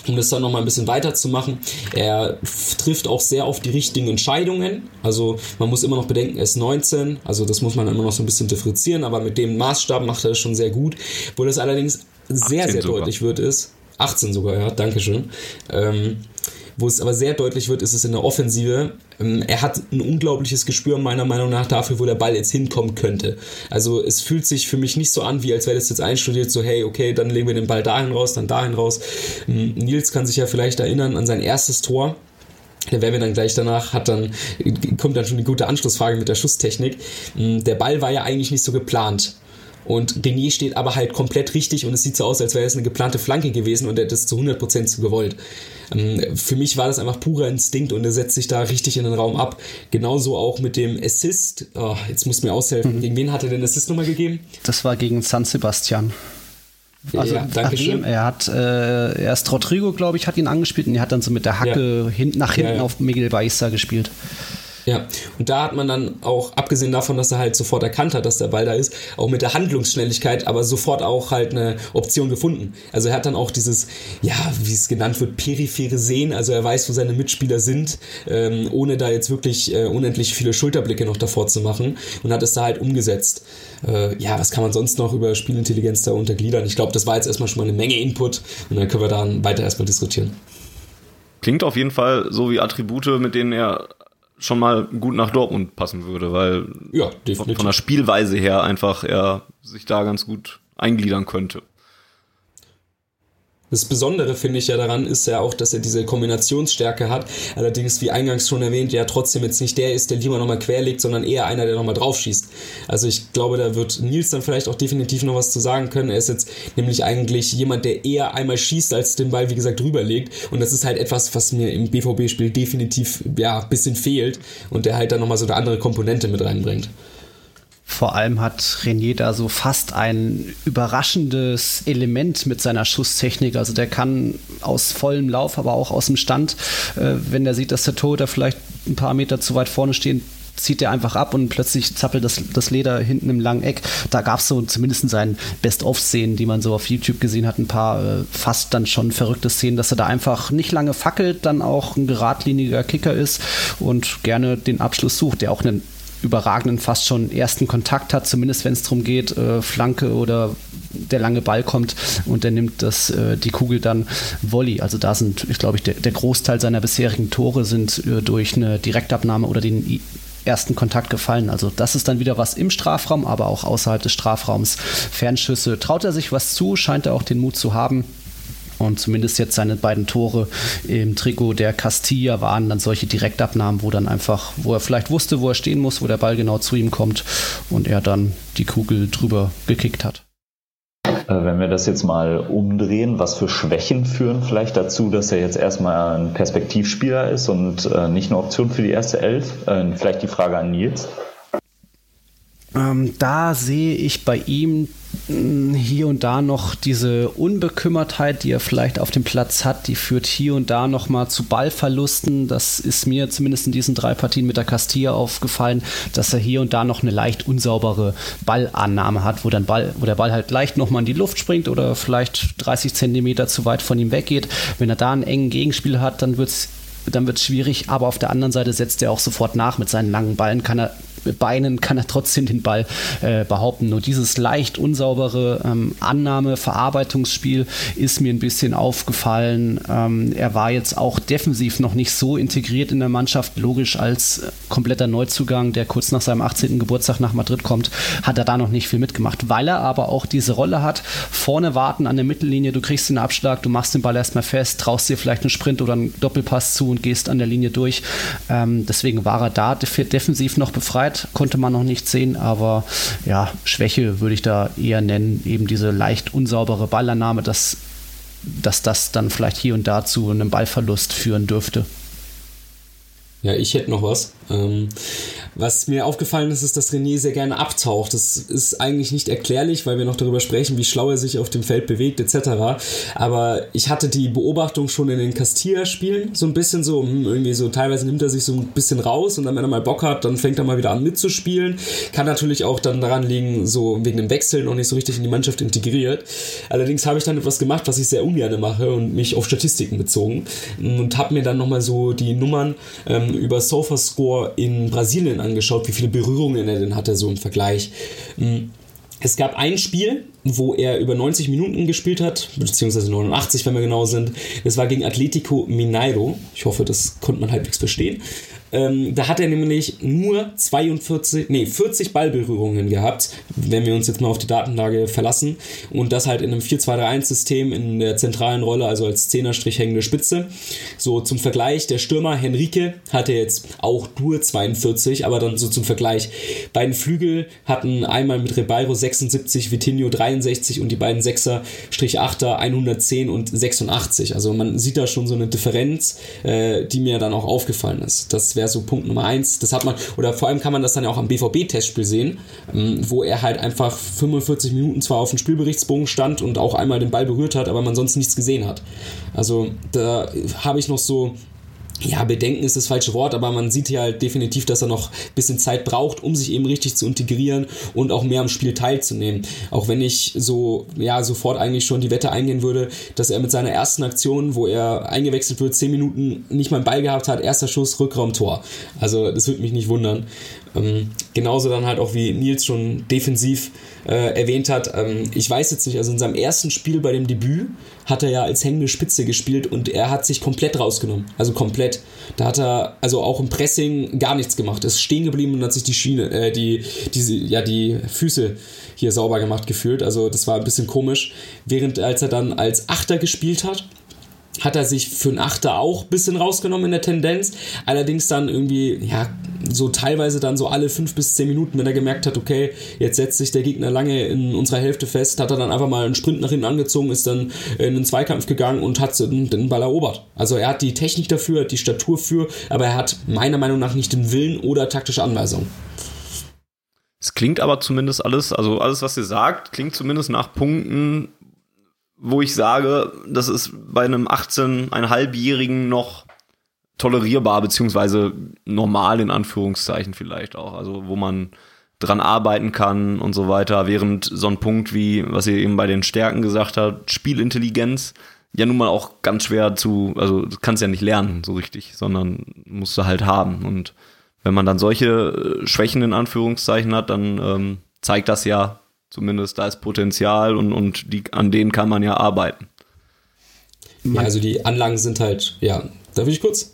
um das dann nochmal ein bisschen weiterzumachen. Er trifft auch sehr auf die richtigen Entscheidungen. Also man muss immer noch bedenken, er ist 19, also das muss man immer noch so ein bisschen differenzieren, aber mit dem Maßstab macht er das schon sehr gut. Wo das allerdings sehr, sehr sogar deutlich wird, ist 18 sogar, ja, Dankeschön. Wo es aber sehr deutlich wird, ist es in der Offensive. Er hat ein unglaubliches Gespür meiner Meinung nach dafür, wo der Ball jetzt hinkommen könnte. Also es fühlt sich für mich nicht so an, wie als wäre das jetzt einstudiert, so hey, okay, dann legen wir den Ball dahin raus, dann dahin raus. Nils kann sich ja vielleicht erinnern an sein erstes Tor. Da werden wir dann gleich danach, kommt dann schon die gute Anschlussfrage mit der Schusstechnik. Der Ball war ja eigentlich nicht so geplant. Und Renier steht aber halt komplett richtig und es sieht so aus, als wäre es eine geplante Flanke gewesen und er hat das zu 100% so gewollt. Für mich war das einfach purer Instinkt und er setzt sich da richtig in den Raum ab. Genauso auch mit dem Assist. Oh, jetzt muss mir aushelfen. Gegen wen hat er den Assist nochmal gegeben? Das war gegen San Sebastian. Also ja, danke schön. Erst Rodrigo, glaube ich, hat ihn angespielt und er hat dann so mit der Hacke nach hinten auf Miguel Baiza gespielt. Ja, und da hat man dann auch, abgesehen davon, dass er halt sofort erkannt hat, dass der Ball da ist, auch mit der Handlungsschnelligkeit, aber sofort auch halt eine Option gefunden. Also er hat dann auch dieses, ja, wie es genannt wird, periphere Sehen, also er weiß, wo seine Mitspieler sind, ohne da jetzt wirklich unendlich viele Schulterblicke noch davor zu machen und hat es da halt umgesetzt. Ja, was kann man sonst noch über Spielintelligenz da untergliedern? Ich glaube, das war jetzt erstmal schon mal eine Menge Input und dann können wir dann weiter erstmal diskutieren. Klingt auf jeden Fall so wie Attribute, mit denen er schon mal gut nach Dortmund passen würde, weil ja, definitiv. Von der Spielweise her einfach er sich da ganz gut eingliedern könnte. Das Besondere, finde ich ja daran, ist ja auch, dass er diese Kombinationsstärke hat. Allerdings, wie eingangs schon erwähnt, ja trotzdem jetzt nicht der ist, der lieber nochmal querlegt, sondern eher einer, der nochmal drauf schießt. Also ich glaube, da wird Nils dann vielleicht auch definitiv noch was zu sagen können. Er ist jetzt nämlich eigentlich jemand, der eher einmal schießt, als den Ball, wie gesagt, drüberlegt. Und das ist halt etwas, was mir im BVB-Spiel definitiv ja ein bisschen fehlt und der halt dann nochmal so eine andere Komponente mit reinbringt. Vor allem hat Renier da so fast ein überraschendes Element mit seiner Schusstechnik. Also der kann aus vollem Lauf, aber auch aus dem Stand, wenn der sieht, dass der Torhüter vielleicht ein paar Meter zu weit vorne steht, zieht er einfach ab und plötzlich zappelt das Leder hinten im langen Eck. Da gab es so zumindest in seinen Best-of-Szenen, die man so auf YouTube gesehen hat, ein paar fast dann schon verrückte Szenen, dass er da einfach nicht lange fackelt, dann auch ein geradliniger Kicker ist und gerne den Abschluss sucht, der auch einen überragenden, fast schon ersten Kontakt hat, zumindest wenn es darum geht, Flanke oder der lange Ball kommt und der nimmt die Kugel dann Volley. Also da sind, ich glaube, der Großteil seiner bisherigen Tore sind durch eine Direktabnahme oder den ersten Kontakt gefallen. Also das ist dann wieder was im Strafraum, aber auch außerhalb des Strafraums. Fernschüsse, traut er sich was zu, scheint er auch den Mut zu haben. Und zumindest jetzt seine beiden Tore im Trikot der Castilla waren dann solche Direktabnahmen, wo er vielleicht wusste, wo er stehen muss, wo der Ball genau zu ihm kommt und er dann die Kugel drüber gekickt hat. Wenn wir das jetzt mal umdrehen, was für Schwächen führen vielleicht dazu, dass er jetzt erstmal ein Perspektivspieler ist und nicht eine Option für die erste Elf? Vielleicht die Frage an Nils. Da sehe ich bei ihm hier und da noch diese Unbekümmertheit, die er vielleicht auf dem Platz hat, die führt hier und da noch mal zu Ballverlusten. Das ist mir zumindest in diesen 3 Partien mit der Castilla aufgefallen, dass er hier und da noch eine leicht unsaubere Ballannahme hat, wo der Ball halt leicht noch mal in die Luft springt oder vielleicht 30 Zentimeter zu weit von ihm weggeht. Wenn er da einen engen Gegenspiel hat, dann wird's schwierig, aber auf der anderen Seite setzt er auch sofort nach mit seinen langen Beinen kann er trotzdem den Ball behaupten. Nur dieses leicht unsaubere Annahme-Verarbeitungsspiel ist mir ein bisschen aufgefallen. Er war jetzt auch defensiv noch nicht so integriert in der Mannschaft. Logisch, als kompletter Neuzugang, der kurz nach seinem 18. Geburtstag nach Madrid kommt, hat er da noch nicht viel mitgemacht. Weil er aber auch diese Rolle hat, vorne warten an der Mittellinie, du kriegst den Abschlag, du machst den Ball erstmal fest, traust dir vielleicht einen Sprint oder einen Doppelpass zu und gehst an der Linie durch. Deswegen war er da defensiv noch befreit. Konnte man noch nicht sehen, aber ja, Schwäche würde ich da eher nennen, eben diese leicht unsaubere Ballannahme, dass das dann vielleicht hier und da zu einem Ballverlust führen dürfte. Ja, ich hätte noch was. Was mir aufgefallen ist, ist, dass René sehr gerne abtaucht. Das ist eigentlich nicht erklärlich, weil wir noch darüber sprechen, wie schlau er sich auf dem Feld bewegt etc. Aber ich hatte die Beobachtung schon in den Castilla-Spielen so ein bisschen so, irgendwie so, teilweise nimmt er sich so ein bisschen raus und dann, wenn er mal Bock hat, dann fängt er mal wieder an mitzuspielen. Kann natürlich auch dann daran liegen, so wegen dem Wechsel noch nicht so richtig in die Mannschaft integriert. Allerdings habe ich dann etwas gemacht, was ich sehr ungern mache und mich auf Statistiken bezogen und habe mir dann nochmal so die Nummern über SofaScore in Brasilien angeschaut, wie viele Berührungen er denn hatte, so im Vergleich. Es gab ein Spiel, wo er über 90 Minuten gespielt hat, beziehungsweise 89, wenn wir genau sind. Das war gegen Atlético Mineiro. Ich hoffe, das konnte man halbwegs verstehen. Da hat er nämlich nur 40 Ballberührungen gehabt, wenn wir uns jetzt mal auf die Datenlage verlassen. Und das halt in einem 4-2-3-1-System in der zentralen Rolle, also als 10er-Strich hängende Spitze. So zum Vergleich, der Stürmer Henrique hatte jetzt auch nur 42, aber dann so zum Vergleich. Beiden Flügel hatten einmal mit Ribeiro 76, Vitinho 63 und die beiden 6er-8er 110 und 86. Also man sieht da schon so eine Differenz, die mir dann auch aufgefallen ist. Das wäre so Punkt Nummer 1. Das hat man, oder vor allem kann man das dann ja auch am BVB-Testspiel sehen, wo er halt einfach 45 Minuten zwar auf dem Spielberichtsbogen stand und auch einmal den Ball berührt hat, aber man sonst nichts gesehen hat. Also da habe ich noch so, ja, Bedenken ist das falsche Wort, aber man sieht hier halt definitiv, dass er noch ein bisschen Zeit braucht, um sich eben richtig zu integrieren und auch mehr am Spiel teilzunehmen. Auch wenn ich so, ja, sofort eigentlich schon die Wette eingehen würde, dass er mit seiner ersten Aktion, wo er eingewechselt wird, 10 Minuten nicht mal einen Ball gehabt hat, erster Schuss, Rückraumtor. Also das würde mich nicht wundern. Genauso dann halt auch, wie Nils schon defensiv erwähnt hat. Ich weiß jetzt nicht, also in seinem ersten Spiel bei dem Debüt hat er ja als hängende Spitze gespielt und er hat sich komplett rausgenommen. Also komplett. Da hat er also auch im Pressing gar nichts gemacht. Ist stehen geblieben und hat sich die Füße hier sauber gemacht gefühlt. Also das war ein bisschen komisch. Während als er dann als Achter gespielt hat er sich für einen Achter auch ein bisschen rausgenommen in der Tendenz. Allerdings dann irgendwie, ja, so teilweise dann so alle 5 bis 10 Minuten, wenn er gemerkt hat, okay, jetzt setzt sich der Gegner lange in unserer Hälfte fest, hat er dann einfach mal einen Sprint nach hinten angezogen, ist dann in einen Zweikampf gegangen und hat den Ball erobert. Also er hat die Technik dafür, hat die Statur für, aber er hat meiner Meinung nach nicht den Willen oder taktische Anweisung. Es klingt aber zumindest alles, also alles, was ihr sagt, klingt zumindest nach Punkten, wo ich sage, das ist bei einem 18,5-Jährigen noch tolerierbar, beziehungsweise normal in Anführungszeichen vielleicht auch, also wo man dran arbeiten kann und so weiter, während so ein Punkt wie, was ihr eben bei den Stärken gesagt habt, Spielintelligenz, ja nun mal auch ganz schwer also du kannst ja nicht lernen so richtig, sondern musst du halt haben, und wenn man dann solche Schwächen in Anführungszeichen hat, dann zeigt das ja zumindest, da ist Potenzial und an denen kann man ja arbeiten. Ja, also die Anlagen sind halt, ja, darf ich kurz?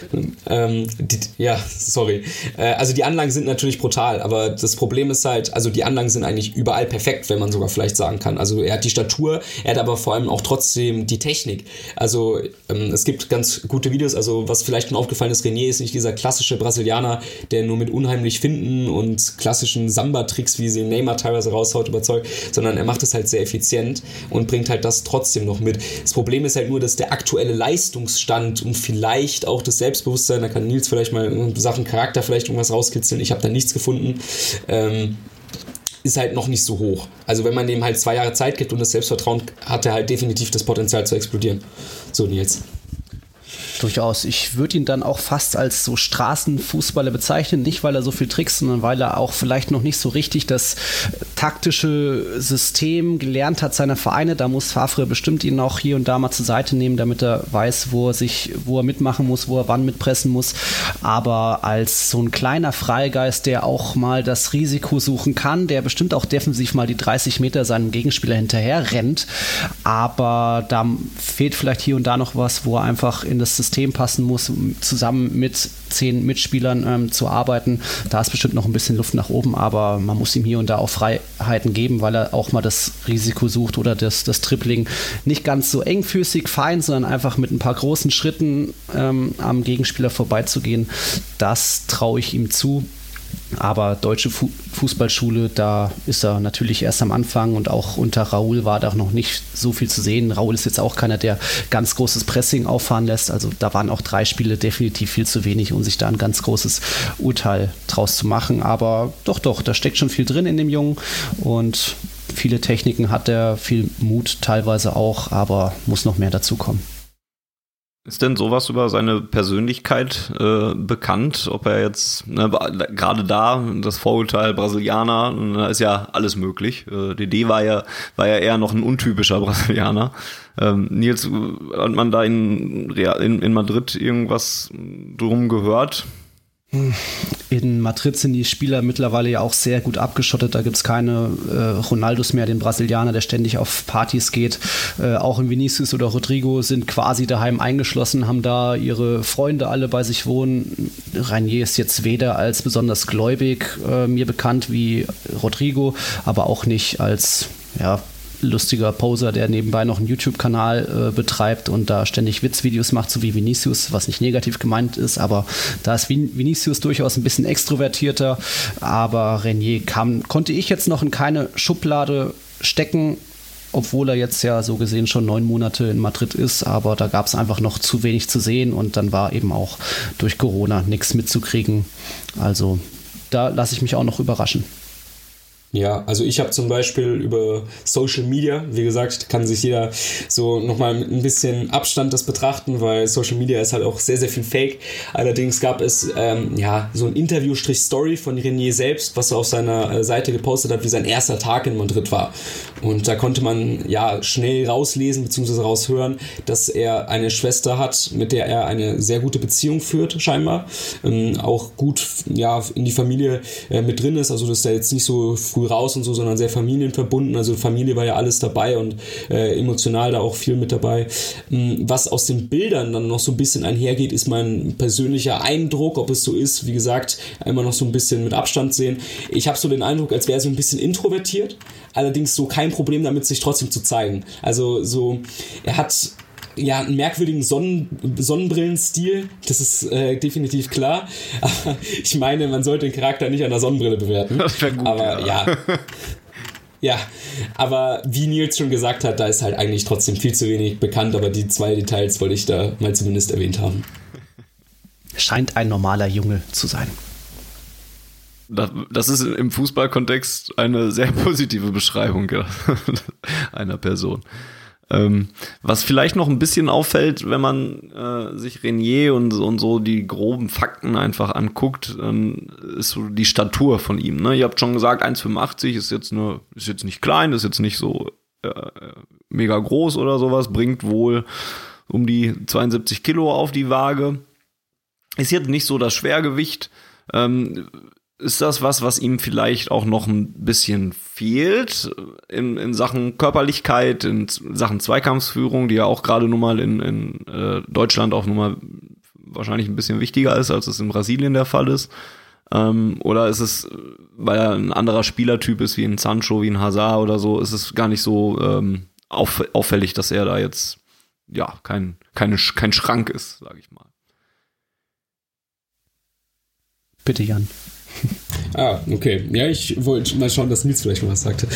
Also die Anlagen sind natürlich brutal, aber das Problem ist halt, also die Anlagen sind eigentlich überall perfekt, wenn man sogar vielleicht sagen kann. Also er hat die Statur, er hat aber vor allem auch trotzdem die Technik. Also es gibt ganz gute Videos, also was vielleicht schon aufgefallen ist, René ist nicht dieser klassische Brasilianer, der nur mit unheimlich Finden und klassischen Samba-Tricks, wie sie Neymar teilweise raushaut, überzeugt, sondern er macht es halt sehr effizient und bringt halt das trotzdem noch mit. Das Problem ist halt nur, dass der aktuelle Leistungsstand und vielleicht auch das Selbstbewusstsein, da kann Nils vielleicht mal in Sachen Charakter vielleicht irgendwas rauskitzeln, ich habe da nichts gefunden, ist halt noch nicht so hoch. Also wenn man dem halt 2 Jahre Zeit gibt und das Selbstvertrauen, hat er halt definitiv das Potenzial zu explodieren. So, Nils. Durchaus. Ich würde ihn dann auch fast als so Straßenfußballer bezeichnen, nicht weil er so viel trickst, sondern weil er auch vielleicht noch nicht so richtig das taktische System gelernt hat seiner Vereine. Da muss Favre bestimmt ihn auch hier und da mal zur Seite nehmen, damit er weiß, wo er mitmachen muss, wo er wann mitpressen muss. Aber als so ein kleiner Freigeist, der auch mal das Risiko suchen kann, der bestimmt auch defensiv mal die 30 Meter seinem Gegenspieler hinterher rennt. Aber da fehlt vielleicht hier und da noch was, wo er einfach in das System passen muss, zusammen mit 10 Mitspielern zu arbeiten. Da ist bestimmt noch ein bisschen Luft nach oben, aber man muss ihm hier und da auch Freiheiten geben, weil er auch mal das Risiko sucht oder das Dribbling nicht ganz so engfüßig, fein, sondern einfach mit ein paar großen Schritten am Gegenspieler vorbeizugehen. Das traue ich ihm zu. Aber deutsche Fußballschule, da ist er natürlich erst am Anfang und auch unter Raúl war da noch nicht so viel zu sehen. Raúl ist jetzt auch keiner, der ganz großes Pressing auffahren lässt. Also da waren auch 3 Spiele definitiv viel zu wenig, um sich da ein ganz großes Urteil draus zu machen. Aber doch, da steckt schon viel drin in dem Jungen und viele Techniken hat er, viel Mut teilweise auch, aber muss noch mehr dazu kommen. Ist denn sowas über seine Persönlichkeit bekannt? Ob er jetzt, gerade da, das Vorurteil Brasilianer, da ist ja alles möglich. Dede war ja eher noch ein untypischer Brasilianer. Nils, hat man da in Madrid irgendwas drum gehört? In Madrid sind die Spieler mittlerweile ja auch sehr gut abgeschottet. Da gibt es keine Ronaldos mehr, den Brasilianer, der ständig auf Partys geht. Auch in Vinicius oder Rodrigo sind quasi daheim eingeschlossen, haben da ihre Freunde alle bei sich wohnen. Ranier ist jetzt weder als besonders gläubig mir bekannt wie Rodrigo, aber auch nicht als lustiger Poser, der nebenbei noch einen YouTube-Kanal betreibt und da ständig Witzvideos macht, so wie Vinicius, was nicht negativ gemeint ist, aber da ist Vinicius durchaus ein bisschen extrovertierter, aber Ranier konnte ich jetzt noch in keine Schublade stecken, obwohl er jetzt ja so gesehen schon 9 Monate in Madrid ist, aber da gab es einfach noch zu wenig zu sehen und dann war eben auch durch Corona nichts mitzukriegen, also da lasse ich mich auch noch überraschen. Ja, also ich habe zum Beispiel über Social Media, wie gesagt, kann sich jeder so nochmal mit ein bisschen Abstand das betrachten, weil Social Media ist halt auch sehr, sehr viel Fake. Allerdings gab es so ein Interview-Story von Ranier selbst, was er auf seiner Seite gepostet hat, wie sein erster Tag in Madrid war. Und da konnte man schnell rauslesen bzw. raushören, dass er eine Schwester hat, mit der er eine sehr gute Beziehung führt, scheinbar. Auch gut in die Familie mit drin ist, also dass er jetzt nicht so früh raus und so, sondern sehr familienverbunden, also Familie war ja alles dabei und emotional da auch viel mit dabei. Was aus den Bildern dann noch so ein bisschen einhergeht, ist mein persönlicher Eindruck, ob es so ist, wie gesagt, einmal noch so ein bisschen mit Abstand sehen. Ich habe so den Eindruck, als wäre er so ein bisschen introvertiert, allerdings so kein Problem damit, sich trotzdem zu zeigen. Also so, er hat einen merkwürdigen Sonnenbrillenstil, das ist definitiv klar. Aber ich meine, man sollte den Charakter nicht an der Sonnenbrille bewerten. Das wäre gut. Aber aber wie Nils schon gesagt hat, da ist halt eigentlich trotzdem viel zu wenig bekannt, aber die 2 Details wollte ich da mal zumindest erwähnt haben. Scheint ein normaler Junge zu sein. Das ist im Fußballkontext eine sehr positive Beschreibung einer Person. Was vielleicht noch ein bisschen auffällt, wenn man sich Ranier und so die groben Fakten einfach anguckt, ist so die Statur von ihm. Ne? Ihr habt schon gesagt, 1,85 ist jetzt nicht klein, ist jetzt nicht so mega groß oder sowas, bringt wohl um die 72 Kilo auf die Waage. Ist jetzt nicht so das Schwergewicht. Ist das was ihm vielleicht auch noch ein bisschen fehlt in Sachen Körperlichkeit, in Sachen Zweikampfsführung, die ja auch gerade nun mal in Deutschland auch nun mal wahrscheinlich ein bisschen wichtiger ist, als es in Brasilien der Fall ist? Oder ist es, weil er ein anderer Spielertyp ist, wie ein Sancho, wie ein Hazard oder so, ist es gar nicht so auffällig, dass er da jetzt kein Schrank ist, sage ich mal. Bitte, Jan. Okay. Ja, ich wollte mal schauen, dass Nils vielleicht mal was sagte.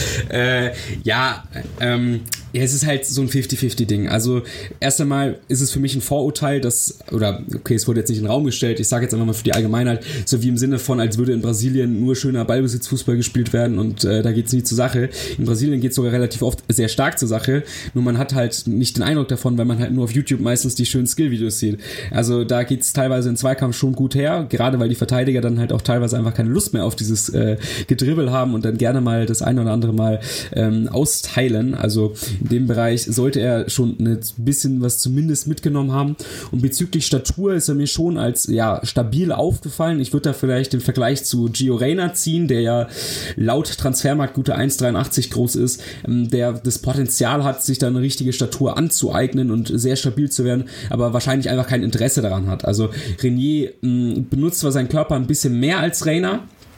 Es ist halt so ein 50-50-Ding. Also erst einmal ist es für mich ein Vorurteil, es wurde jetzt nicht in den Raum gestellt, ich sage jetzt einfach mal für die Allgemeinheit, so wie im Sinne von, als würde in Brasilien nur schöner Ballbesitzfußball gespielt werden und da geht es nie zur Sache. In Brasilien geht es sogar relativ oft sehr stark zur Sache, nur man hat halt nicht den Eindruck davon, weil man halt nur auf YouTube meistens die schönen Skill-Videos sieht. Also da geht es teilweise im Zweikampf schon gut her, gerade weil die Verteidiger dann halt auch teilweise einfach keine Lust mehr auf dieses Gedribbel haben und dann gerne mal das eine oder andere Mal austeilen. Also in dem Bereich sollte er schon ein bisschen was zumindest mitgenommen haben. Und bezüglich Statur ist er mir schon als stabil aufgefallen. Ich würde da vielleicht den Vergleich zu Gio Reyna ziehen, der ja laut Transfermarkt gute 1,83 groß ist, der das Potenzial hat, sich da eine richtige Statur anzueignen und sehr stabil zu werden, aber wahrscheinlich einfach kein Interesse daran hat. Also Ranier benutzt zwar seinen Körper ein bisschen mehr als Reyna,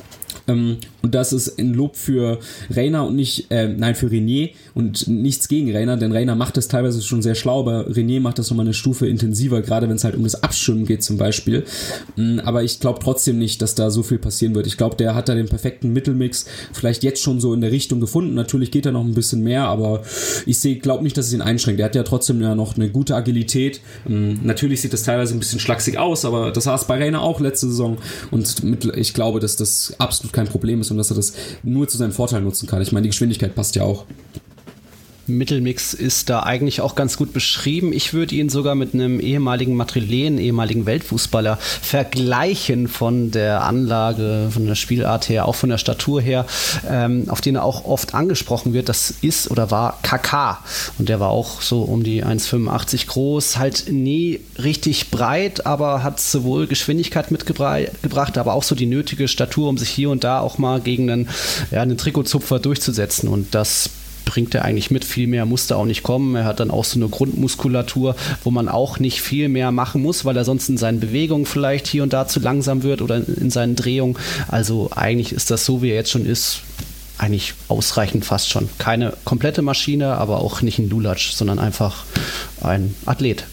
Und das ist ein Lob für Reina und nicht, für Reinier und nichts gegen Reina, denn Reina macht das teilweise schon sehr schlau, aber Reinier macht das nochmal eine Stufe intensiver, gerade wenn es halt um das Abschirmen geht zum Beispiel. Aber ich glaube trotzdem nicht, dass da so viel passieren wird. Ich glaube, der hat da den perfekten Mittelmix vielleicht jetzt schon so in der Richtung gefunden. Natürlich geht da noch ein bisschen mehr, aber ich glaube nicht, dass es ihn einschränkt. Er hat ja trotzdem ja noch eine gute Agilität. Natürlich sieht das teilweise ein bisschen schlaksig aus, aber das war es bei Reina auch letzte Saison und ich glaube, dass das absolut kein Problem ist und dass er das nur zu seinem Vorteil nutzen kann. Ich meine, die Geschwindigkeit passt ja auch. Mittelmix ist da eigentlich auch ganz gut beschrieben. Ich würde ihn sogar mit einem ehemaligen Madrilen, ehemaligen Weltfußballer vergleichen von der Anlage, von der Spielart her, auch von der Statur her, auf den er auch oft angesprochen wird. Das ist oder war Kaká. Und der war auch so um die 1,85 groß, halt nie richtig breit, aber hat sowohl Geschwindigkeit mitgebracht, aber auch so die nötige Statur, um sich hier und da auch mal gegen einen Trikotzupfer durchzusetzen. Und das bringt er eigentlich mit, viel mehr musste auch nicht kommen. Er hat dann auch so eine Grundmuskulatur, wo man auch nicht viel mehr machen muss, weil er sonst in seinen Bewegungen vielleicht hier und da zu langsam wird oder in seinen Drehungen. Also eigentlich ist das so, wie er jetzt schon ist, eigentlich ausreichend fast schon. Keine komplette Maschine, aber auch nicht ein Lulatsch, sondern einfach ein Athlet.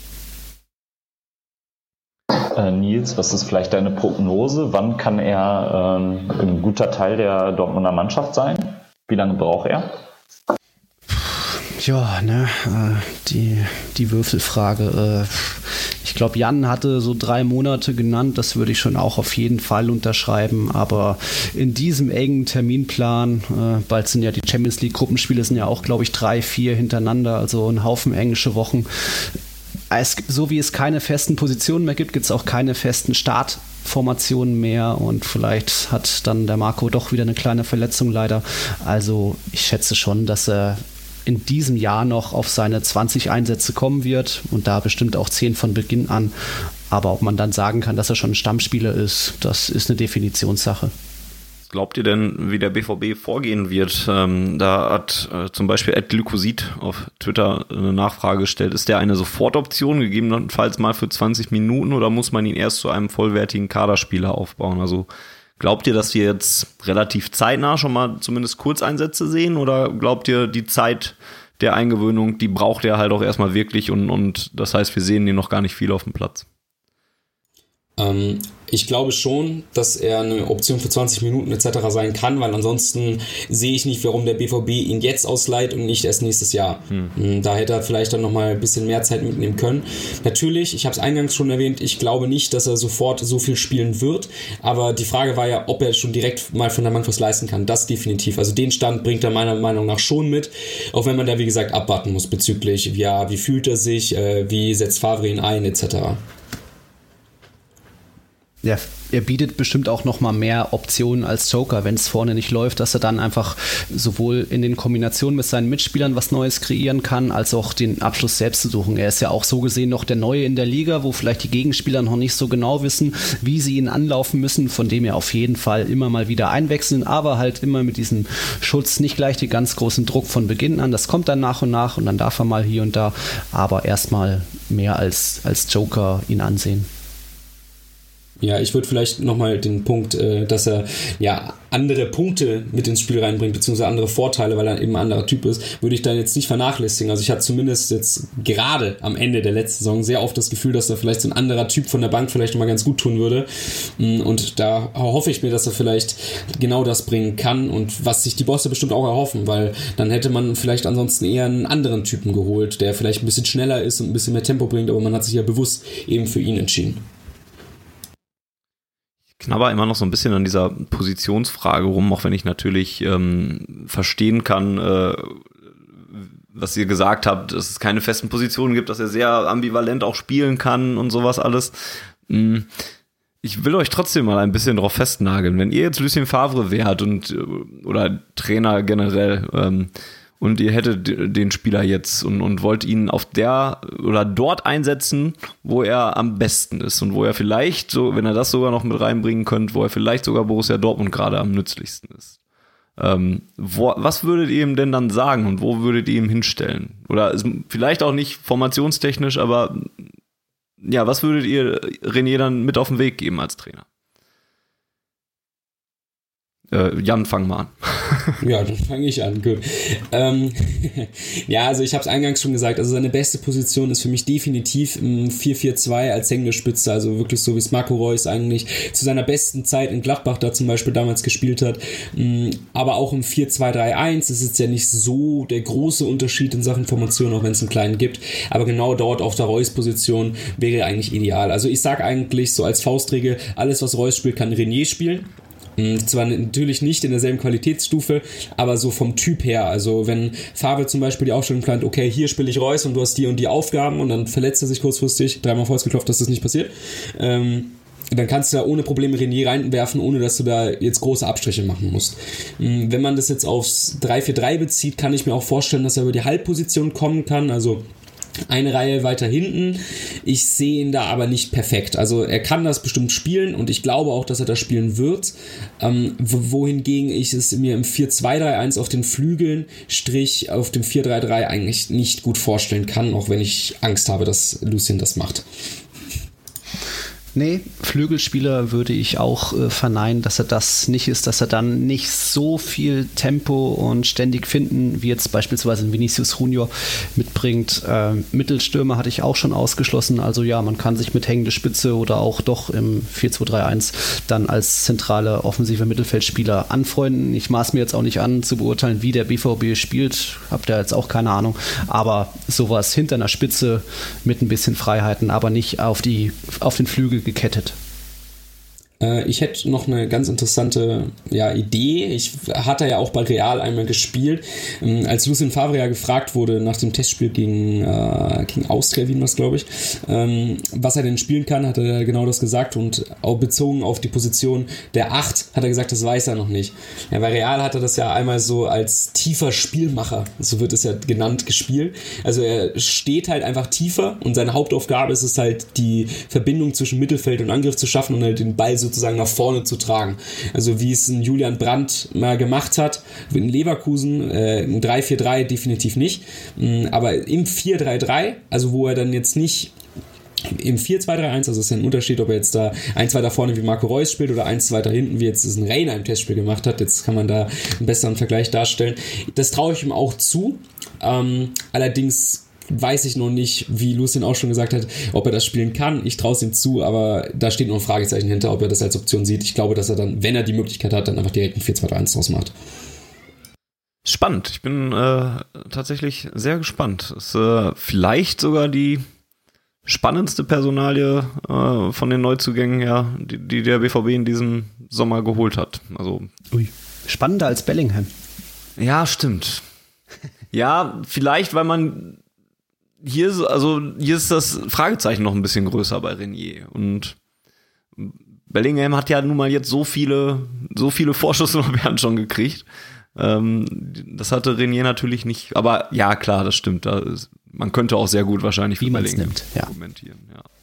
Nils, was ist vielleicht deine Prognose? Wann kann er ein guter Teil der Dortmunder Mannschaft sein? Wie lange braucht er? Ja, die Würfelfrage. Ich glaube, Jan hatte so 3 Monate genannt, das würde ich schon auch auf jeden Fall unterschreiben, aber in diesem engen Terminplan, bald sind ja die Champions League Gruppenspiele, sind ja auch, glaube ich, 3, 4 hintereinander, also ein Haufen englische Wochen. So wie es keine festen Positionen mehr gibt, gibt es auch keine festen Startformationen mehr und vielleicht hat dann der Marco doch wieder eine kleine Verletzung leider. Also ich schätze schon, dass er in diesem Jahr noch auf seine 20 Einsätze kommen wird und da bestimmt auch 10 von Beginn an. Aber ob man dann sagen kann, dass er schon ein Stammspieler ist, das ist eine Definitionssache. Glaubt ihr denn, wie der BVB vorgehen wird? Da hat zum Beispiel Ed Lykosit auf Twitter eine Nachfrage gestellt. Ist der eine Sofortoption, gegebenenfalls mal für 20 Minuten, oder muss man ihn erst zu einem vollwertigen Kaderspieler aufbauen? Also glaubt ihr, dass wir jetzt relativ zeitnah schon mal zumindest Kurzeinsätze sehen, oder glaubt ihr, die Zeit der Eingewöhnung, die braucht er halt auch erstmal wirklich und das heißt, wir sehen ihn noch gar nicht viel auf dem Platz? Ich glaube schon, dass er eine Option für 20 Minuten etc. sein kann, weil ansonsten sehe ich nicht, warum der BVB ihn jetzt ausleiht und nicht erst nächstes Jahr. Da hätte er vielleicht dann nochmal ein bisschen mehr Zeit mitnehmen können. Natürlich, ich habe es eingangs schon erwähnt, ich glaube nicht, dass er sofort so viel spielen wird, aber die Frage war ja, ob er schon direkt mal von der Bank was leisten kann. Das definitiv. Also den Stand bringt er meiner Meinung nach schon mit, auch wenn man da wie gesagt abwarten muss bezüglich, ja, wie fühlt er sich, wie setzt Favre ihn ein etc. Ja, er bietet bestimmt auch noch mal mehr Optionen als Joker, wenn es vorne nicht läuft, dass er dann einfach sowohl in den Kombinationen mit seinen Mitspielern was Neues kreieren kann, als auch den Abschluss selbst zu suchen. Er ist ja auch so gesehen noch der Neue in der Liga, wo vielleicht die Gegenspieler noch nicht so genau wissen, wie sie ihn anlaufen müssen, von dem er auf jeden Fall immer mal wieder einwechseln, aber halt immer mit diesem Schutz, nicht gleich den ganz großen Druck von Beginn an. Das kommt dann nach und nach und dann darf er mal hier und da, aber erstmal mehr als Joker ihn ansehen. Ja, ich würde vielleicht nochmal den Punkt, dass er ja andere Punkte mit ins Spiel reinbringt, beziehungsweise andere Vorteile, weil er eben ein anderer Typ ist, würde ich dann jetzt nicht vernachlässigen. Also ich hatte zumindest jetzt gerade am Ende der letzten Saison sehr oft das Gefühl, dass da vielleicht so ein anderer Typ von der Bank vielleicht nochmal ganz gut tun würde. Und da hoffe ich mir, dass er vielleicht genau das bringen kann und was sich die Bosse bestimmt auch erhoffen, weil dann hätte man vielleicht ansonsten eher einen anderen Typen geholt, der vielleicht ein bisschen schneller ist und ein bisschen mehr Tempo bringt, aber man hat sich ja bewusst eben für ihn entschieden. Knabber immer noch so ein bisschen an dieser Positionsfrage rum, auch wenn ich natürlich verstehen kann, was ihr gesagt habt, dass es keine festen Positionen gibt, dass er sehr ambivalent auch spielen kann und sowas alles. Ich will euch trotzdem mal ein bisschen drauf festnageln. Wenn ihr jetzt Lucien Favre wärt oder Trainer generell und ihr hättet den Spieler jetzt und wollt ihn auf der oder dort einsetzen, wo er am besten ist und wo er vielleicht, so, wenn er das sogar noch mit reinbringen könnt, wo er vielleicht sogar Borussia Dortmund gerade am nützlichsten ist. Was würdet ihr ihm denn dann sagen und wo würdet ihr ihm hinstellen? Oder vielleicht auch nicht formationstechnisch, aber ja, was würdet ihr René dann mit auf den Weg geben als Trainer? Jan, fang mal an. Ja, dann fange ich an, gut. Ja, also ich habe es eingangs schon gesagt, also seine beste Position ist für mich definitiv im 4-4-2 als hängende Spitze, also wirklich so wie es Marco Reus eigentlich zu seiner besten Zeit in Gladbach da zum Beispiel damals gespielt hat, aber auch im 4-2-3-1 ist jetzt ja nicht so der große Unterschied in Sachen Formation, auch wenn es einen kleinen gibt, aber genau dort auf der Reus-Position wäre eigentlich ideal. Also ich sage eigentlich so als Faustregel, alles was Reus spielt, kann Renier spielen. Zwar natürlich nicht in derselben Qualitätsstufe, aber so vom Typ her. Also wenn Favre zum Beispiel die Aufstellung plant, okay, hier spiele ich Reus und du hast die und die Aufgaben und dann verletzt er sich kurzfristig, dreimal auf Holz geklopft, dass das nicht passiert, dann kannst du da ohne Probleme Renier reinwerfen, ohne dass du da jetzt große Abstriche machen musst. Wenn man das jetzt aufs 3-4-3 bezieht, kann ich mir auch vorstellen, dass er über die Halbposition kommen kann, also eine Reihe weiter hinten. Ich sehe ihn da aber nicht perfekt. Also er kann das bestimmt spielen und ich glaube auch, dass er das spielen wird. Wohingegen ich es mir im 4-2-3-1 auf den Flügeln Strich auf dem 4-3-3 eigentlich nicht gut vorstellen kann, auch wenn ich Angst habe, dass Lucien das macht. Nee, Flügelspieler würde ich auch verneinen, dass er das nicht ist, dass er dann nicht so viel Tempo und ständig finden, wie jetzt beispielsweise ein Vinicius Junior mitbringt. Mittelstürmer hatte ich auch schon ausgeschlossen, also ja, man kann sich mit hängende Spitze oder auch doch im 4-2-3-1 dann als zentrale offensive Mittelfeldspieler anfreunden. Ich maß mir jetzt auch nicht an zu beurteilen, wie der BVB spielt, hab da jetzt auch keine Ahnung, aber sowas hinter einer Spitze mit ein bisschen Freiheiten, aber nicht auf den Flügel gekettet. Ich hätte noch eine ganz interessante Idee. Ich hatte ja auch bei Real einmal gespielt. Als Lucien Favre ja gefragt wurde nach dem Testspiel gegen Austria Wien, was glaube ich, was er denn spielen kann, hat er genau das gesagt und auch bezogen auf die Position der 8 hat er gesagt, das weiß er noch nicht. Ja, bei Real hat er das ja einmal so als tiefer Spielmacher, so wird es ja genannt, gespielt. Also er steht halt einfach tiefer und seine Hauptaufgabe ist es halt, die Verbindung zwischen Mittelfeld und Angriff zu schaffen und halt den Ball sozusagen nach vorne zu tragen. Also wie es ein Julian Brandt mal gemacht hat in Leverkusen, im 3-4-3 definitiv nicht, aber im 4-3-3, also wo er dann jetzt nicht im 4-2-3-1, also ist ja ein Unterschied, ob er jetzt da 1 weiter vorne wie Marco Reus spielt oder 1 weiter hinten, wie jetzt ein Reina im Testspiel gemacht hat. Jetzt kann man da einen besseren Vergleich darstellen. Das traue ich ihm auch zu. Allerdings weiß ich noch nicht, wie Lucien auch schon gesagt hat, ob er das spielen kann. Ich traue es ihm zu, aber da steht noch ein Fragezeichen hinter, ob er das als Option sieht. Ich glaube, dass er dann, wenn er die Möglichkeit hat, dann einfach direkt ein 4-2-3-1 draus macht. Spannend. Ich bin tatsächlich sehr gespannt. Ist vielleicht sogar die spannendste Personalie von den Neuzugängen her, die der BVB in diesem Sommer geholt hat. Also Spannender als Bellingham. Ja, stimmt. Ja, vielleicht, weil man hier ist das Fragezeichen noch ein bisschen größer bei Renier. Und Bellingham hat ja nun mal jetzt so viele Vorschusslorbeeren schon gekriegt. Das hatte Renier natürlich nicht. Aber ja, klar, das stimmt. Man könnte auch sehr gut wahrscheinlich für Bellingham argumentieren.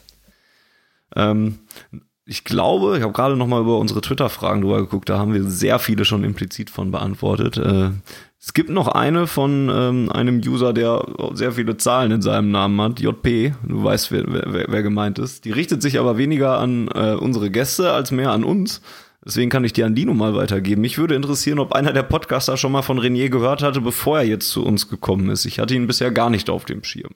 Ja. Ich glaube, ich habe gerade noch mal über unsere Twitter-Fragen drüber geguckt, da haben wir sehr viele schon implizit von beantwortet. Es gibt noch eine von einem User, der sehr viele Zahlen in seinem Namen hat, JP, du weißt, wer gemeint ist. Die richtet sich aber weniger an unsere Gäste als mehr an uns. Deswegen kann ich dir an Dino mal weitergeben. Mich würde interessieren, ob einer der Podcaster schon mal von Renier gehört hatte, bevor er jetzt zu uns gekommen ist. Ich hatte ihn bisher gar nicht auf dem Schirm.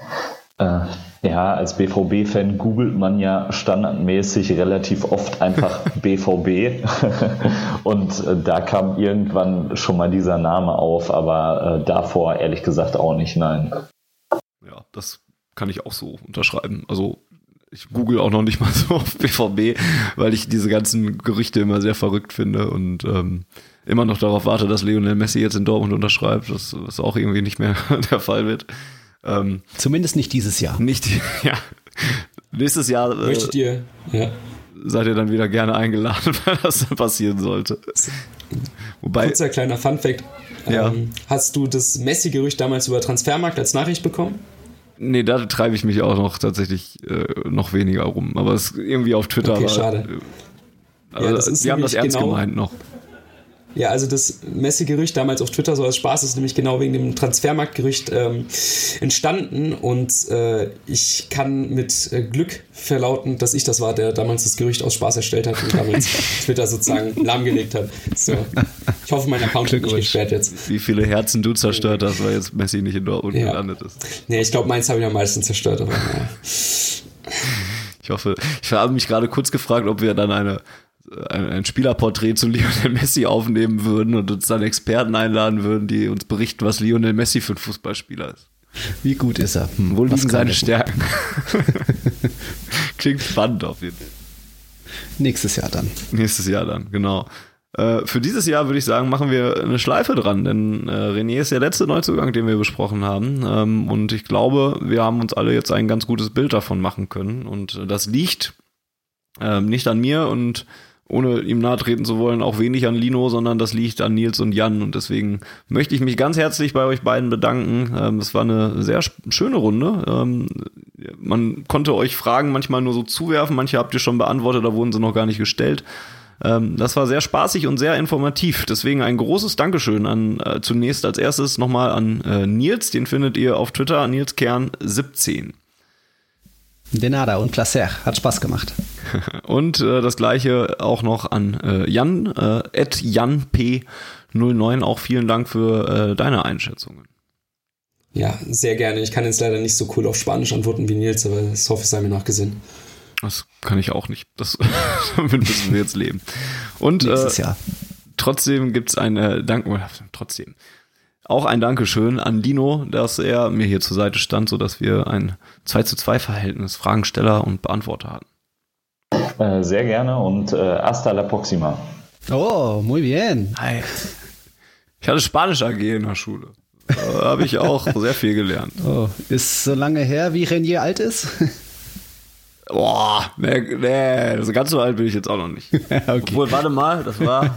Ja, als BVB-Fan googelt man ja standardmäßig relativ oft einfach BVB und da kam irgendwann schon mal dieser Name auf, aber davor ehrlich gesagt auch nicht, nein. Ja, das kann ich auch so unterschreiben. Also ich google auch noch nicht mal so auf BVB, weil ich diese ganzen Gerüchte immer sehr verrückt finde und immer noch darauf warte, dass Lionel Messi jetzt in Dortmund unterschreibt, was auch irgendwie nicht mehr der Fall wird. Zumindest nicht dieses Jahr. Ja. Nächstes Jahr seid ihr dann wieder gerne eingeladen, weil das dann passieren sollte. Wobei, kurzer kleiner Funfact. Hast du das Messi-Gerücht damals über Transfermarkt als Nachricht bekommen? Nee, da treibe ich mich auch noch tatsächlich noch weniger rum. Aber es irgendwie auf Twitter okay, war. Schade. Also, wir haben das ernst gemeint noch. Ja, also das Messi-Gerücht damals auf Twitter so als Spaß ist nämlich genau wegen dem Transfermarktgerücht entstanden und ich kann mit Glück verlauten, dass ich das war, der damals das Gerücht aus Spaß erstellt hat und damals Twitter sozusagen lahmgelegt hat. So. Ich hoffe, mein Account wird nicht gesperrt jetzt. Wie viele Herzen du zerstört hast, weil jetzt Messi nicht in Dortmund gelandet ist. Nee, ich glaube, meins habe ich am meisten zerstört. Aber, naja. Ich habe mich gerade kurz gefragt, ob wir dann ein Spielerporträt zu Lionel Messi aufnehmen würden und uns dann Experten einladen würden, die uns berichten, was Lionel Messi für ein Fußballspieler ist. Wie gut ist er? Wo liegen seine Stärken? Klingt spannend auf jeden Fall. Nächstes Jahr dann, genau. Für dieses Jahr würde ich sagen, machen wir eine Schleife dran, denn René ist der letzte Neuzugang, den wir besprochen haben. Und ich glaube, wir haben uns alle jetzt ein ganz gutes Bild davon machen können. Und das liegt nicht an mir und ohne ihm nahe treten zu wollen, auch wenig an Lino, sondern das liegt an Nils und Jan. Und deswegen möchte ich mich ganz herzlich bei euch beiden bedanken. Es war eine sehr schöne Runde. Man konnte euch Fragen manchmal nur so zuwerfen, manche habt ihr schon beantwortet, da wurden sie noch gar nicht gestellt. Das war sehr spaßig und sehr informativ. Deswegen ein großes Dankeschön zunächst als erstes nochmal an Nils. Den findet ihr auf Twitter, NilsKern17. De nada und placer. Hat Spaß gemacht. Und das gleiche auch noch an Jan, @janp09. Auch vielen Dank für deine Einschätzungen. Ja, sehr gerne. Ich kann jetzt leider nicht so cool auf Spanisch antworten wie Nils, aber ich hoffe, es sei mir nachgesehen. Das kann ich auch nicht. Damit müssen wir jetzt leben. Und nächstes Jahr. Trotzdem gibt es auch ein Dankeschön an Lino, dass er mir hier zur Seite stand, sodass wir ein 2:2-Verhältnis, Fragensteller und Beantworter hatten. Sehr gerne und hasta la próxima. Oh, muy bien. Hi. Ich hatte Spanisch AG in der Schule. Da habe ich auch sehr viel gelernt. Oh, ist so lange her, wie René alt ist? Boah, nee, so ganz so alt bin ich jetzt auch noch nicht. Okay. Obwohl, warte mal, das war...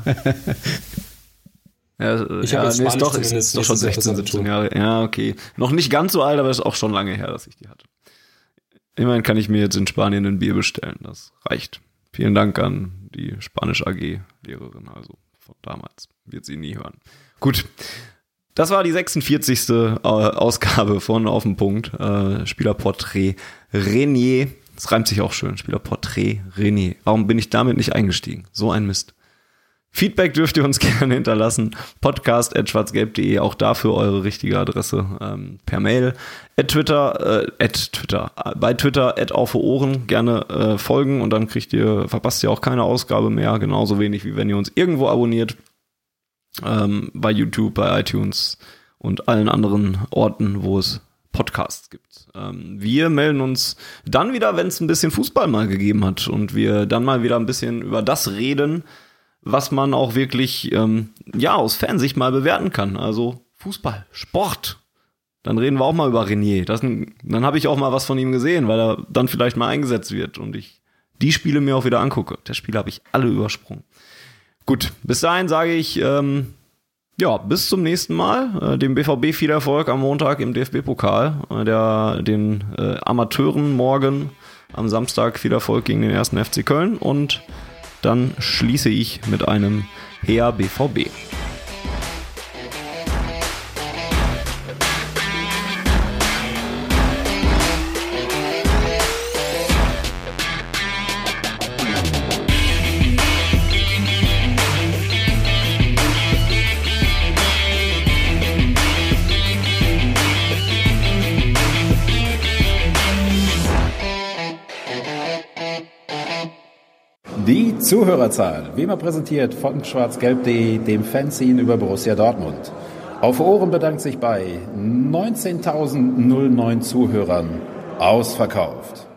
Ich habe jetzt Spanisch ist doch schon 16, 17 Jahre. Ja, okay. Noch nicht ganz so alt, aber es ist auch schon lange her, dass ich die hatte. Immerhin kann ich mir jetzt in Spanien ein Bier bestellen. Das reicht. Vielen Dank an die Spanisch AG-Lehrerin, also von damals. Wird sie nie hören. Gut. Das war die 46. Ausgabe von Auf den Punkt. Spielerporträt René. Das reimt sich auch schön. Spielerporträt René. Warum bin ich damit nicht eingestiegen? So ein Mist. Feedback dürft ihr uns gerne hinterlassen. podcast@schwarzgelb.de, auch dafür eure richtige Adresse per Mail. Bei Twitter @aufeohren gerne folgen und dann verpasst ihr auch keine Ausgabe mehr. Genauso wenig, wie wenn ihr uns irgendwo abonniert. Bei YouTube, bei iTunes und allen anderen Orten, wo es Podcasts gibt. Wir melden uns dann wieder, wenn es ein bisschen Fußball mal gegeben hat und wir dann mal wieder ein bisschen über das reden, was man auch wirklich aus Fansicht mal bewerten kann. Also Fußball, Sport. Dann reden wir auch mal über René. Dann habe ich auch mal was von ihm gesehen, weil er dann vielleicht mal eingesetzt wird und ich die Spiele mir auch wieder angucke. Der Spiele habe ich alle übersprungen. Gut, bis dahin sage ich bis zum nächsten Mal. Dem BVB viel Erfolg am Montag im DFB-Pokal. Den Amateuren morgen am Samstag viel Erfolg gegen den 1. FC Köln und dann schließe ich mit einem Her BVB. Die Zuhörerzahl, wie immer präsentiert von schwarzgelb.de, dem Fanzine über Borussia Dortmund. Auf Ohren bedankt sich bei 19.009 Zuhörern ausverkauft.